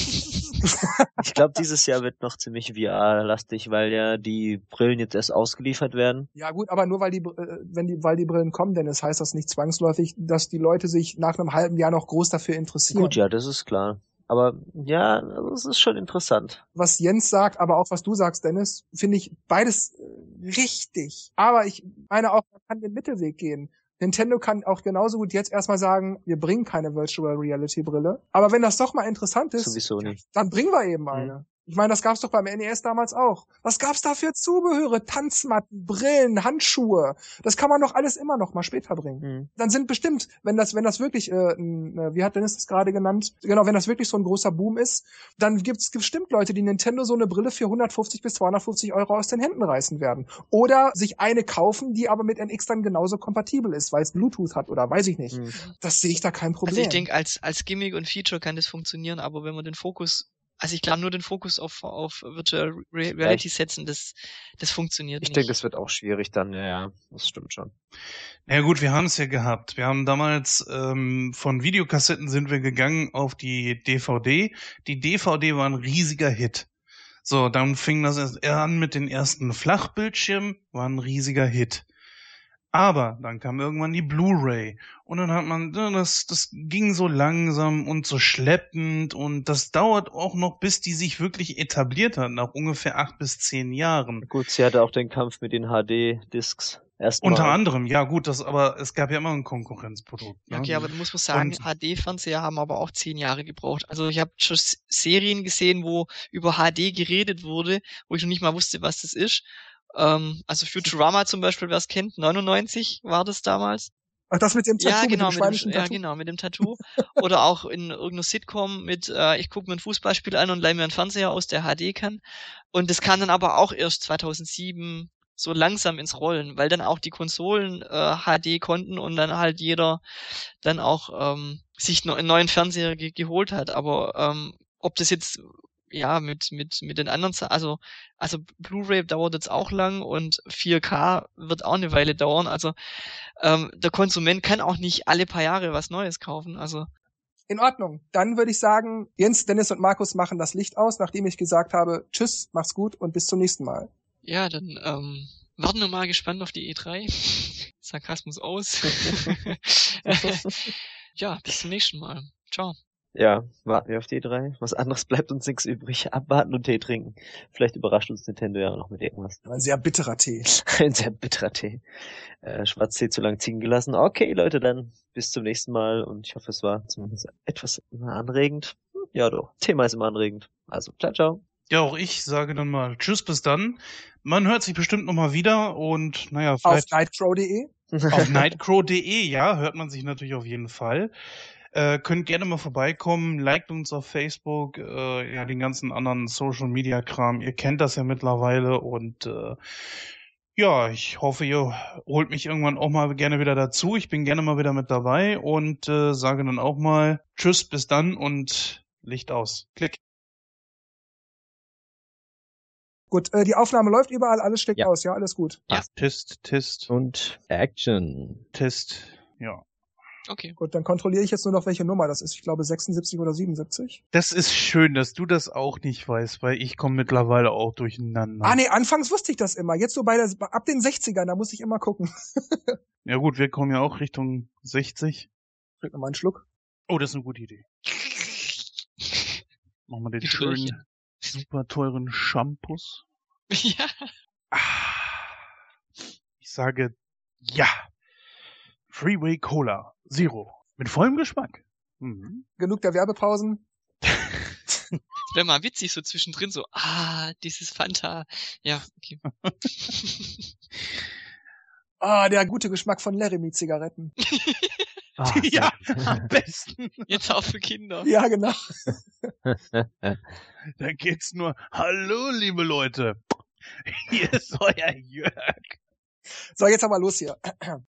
Ich glaube, dieses Jahr wird noch ziemlich VR-lastig, weil ja die Brillen jetzt erst ausgeliefert werden. Ja gut, aber nur weil die Brillen kommen, denn es heißt das nicht zwangsläufig, dass die Leute sich nach einem halben Jahr noch groß dafür interessieren. Gut, ja, das ist klar. Aber ja, das ist schon interessant. Was Jens sagt, aber auch was du sagst, Dennis, finde ich beides richtig. Aber ich meine auch, man kann den Mittelweg gehen. Nintendo kann auch genauso gut jetzt erstmal sagen, wir bringen keine Virtual Reality Brille. Aber wenn das doch mal interessant ist, Sowieso nicht. dann bringen wir eben eine. Ich meine, das gab's doch beim NES damals auch. Was gab's da für Zubehöre? Tanzmatten, Brillen, Handschuhe. Das kann man doch alles immer noch mal später bringen. Dann sind bestimmt, wenn das wirklich, wie hat Dennis das gerade genannt? Genau, wenn das wirklich so ein großer Boom ist, dann gibt's bestimmt Leute, die Nintendo so eine Brille für 150 bis 250 Euro aus den Händen reißen werden. Oder sich eine kaufen, die aber mit NX dann genauso kompatibel ist, weil es Bluetooth hat oder weiß ich nicht. Das sehe ich da kein Problem. Also ich denke, als Gimmick und Feature kann das funktionieren, aber wenn man den Fokus ich glaube, nur den Fokus auf Virtual Reality setzen, das funktioniert nicht. Ich denke, das wird auch schwierig dann, ja, das stimmt schon. Na ja, gut, wir haben es ja gehabt. Wir haben damals von Videokassetten sind wir gegangen auf die DVD. Die DVD war ein riesiger Hit. So, dann fing das erst an mit den ersten Flachbildschirmen, war ein riesiger Hit. Aber dann kam irgendwann die Blu-ray und dann hat man, das ging so langsam und so schleppend und das dauert auch noch, bis die sich wirklich etabliert hat, nach ungefähr 8 bis 10 Jahren. Gut, sie hatte auch den Kampf mit den HD-Discs. Erstmal. Unter anderem, ja gut, aber es gab ja immer ein Konkurrenzprodukt. Ne? Okay, aber du musst sagen, HD-Fernseher haben aber auch 10 Jahre gebraucht. Also ich habe schon Serien gesehen, wo über HD geredet wurde, wo ich noch nicht mal wusste, was das ist. Also Futurama zum Beispiel, wer es kennt, 99 war das damals. Ach, das mit dem Tattoo, ja, genau, mit dem schweinischen Tattoo? Ja, genau, mit dem Tattoo. Oder auch in irgendeiner Sitcom mit, ich gucke mir ein Fußballspiel an und leih mir einen Fernseher aus, der HD kann. Und das kam dann aber auch erst 2007 so langsam ins Rollen, weil dann auch die Konsolen HD konnten und dann halt jeder dann auch sich einen neuen Fernseher geholt hat. Aber ob das jetzt mit den anderen, also Blu-ray dauert jetzt auch lang und 4K wird auch eine Weile dauern. Also der Konsument kann auch nicht alle paar Jahre was Neues kaufen. Also in Ordnung. Dann würde ich sagen, Jens, Dennis und Markus machen das Licht aus, nachdem ich gesagt habe, tschüss, mach's gut und bis zum nächsten Mal. Ja, dann warten wir mal gespannt auf die E3. Sarkasmus aus. Ja, bis zum nächsten Mal. Ciao. Ja, warten wir auf die E3. Was anderes bleibt uns nichts übrig. Abwarten und Tee trinken. Vielleicht überrascht uns Nintendo ja noch mit irgendwas. Ein sehr bitterer Tee. Ein sehr bitterer Tee. Schwarztee zu lang ziehen gelassen. Okay, Leute, dann bis zum nächsten Mal. Und ich hoffe, es war zumindest etwas anregend. Ja doch, Thema ist immer anregend. Also, ciao, ciao. Ja, auch ich sage dann mal tschüss, bis dann. Man hört sich bestimmt nochmal wieder und naja, vielleicht... Auf nightcrow.de? Auf nightcrow.de, ja, hört man sich natürlich auf jeden Fall. Könnt gerne mal vorbeikommen, liked uns auf Facebook, den ganzen anderen Social-Media-Kram. Ihr kennt das ja mittlerweile und ich hoffe, ihr holt mich irgendwann auch mal gerne wieder dazu. Ich bin gerne mal wieder mit dabei und sage dann auch mal tschüss, bis dann und Licht aus. Klick. Gut, die Aufnahme läuft überall, alles steckt aus, ja, alles gut. Ja. Test. Und Action. Test, ja. Okay. Gut, dann kontrolliere ich jetzt nur noch, welche Nummer das ist. Ich glaube 76 oder 77. Das ist schön, dass du das auch nicht weißt, weil ich komme mittlerweile auch durcheinander. Ah nee, anfangs wusste ich das immer. Jetzt so ab den 60ern, da muss ich immer gucken. Ja gut, wir kommen ja auch Richtung 60. Trink nochmal einen Schluck. Oh, das ist eine gute Idee. Machen wir den Die schönen, Röhrchen. super teuren Shampoos. Ja. Ich sage ja. Freeway Cola Zero. Mit vollem Geschmack. Mhm. Genug der Werbepausen. Das wäre mal witzig, so zwischendrin so, dieses Fanta. Ja, okay. Der gute Geschmack von Laramie-Zigaretten. Ah, Ja, am besten. Jetzt auch für Kinder. Ja, genau. Da geht's nur, hallo, liebe Leute. Hier ist euer Jörg. So, jetzt aber los hier.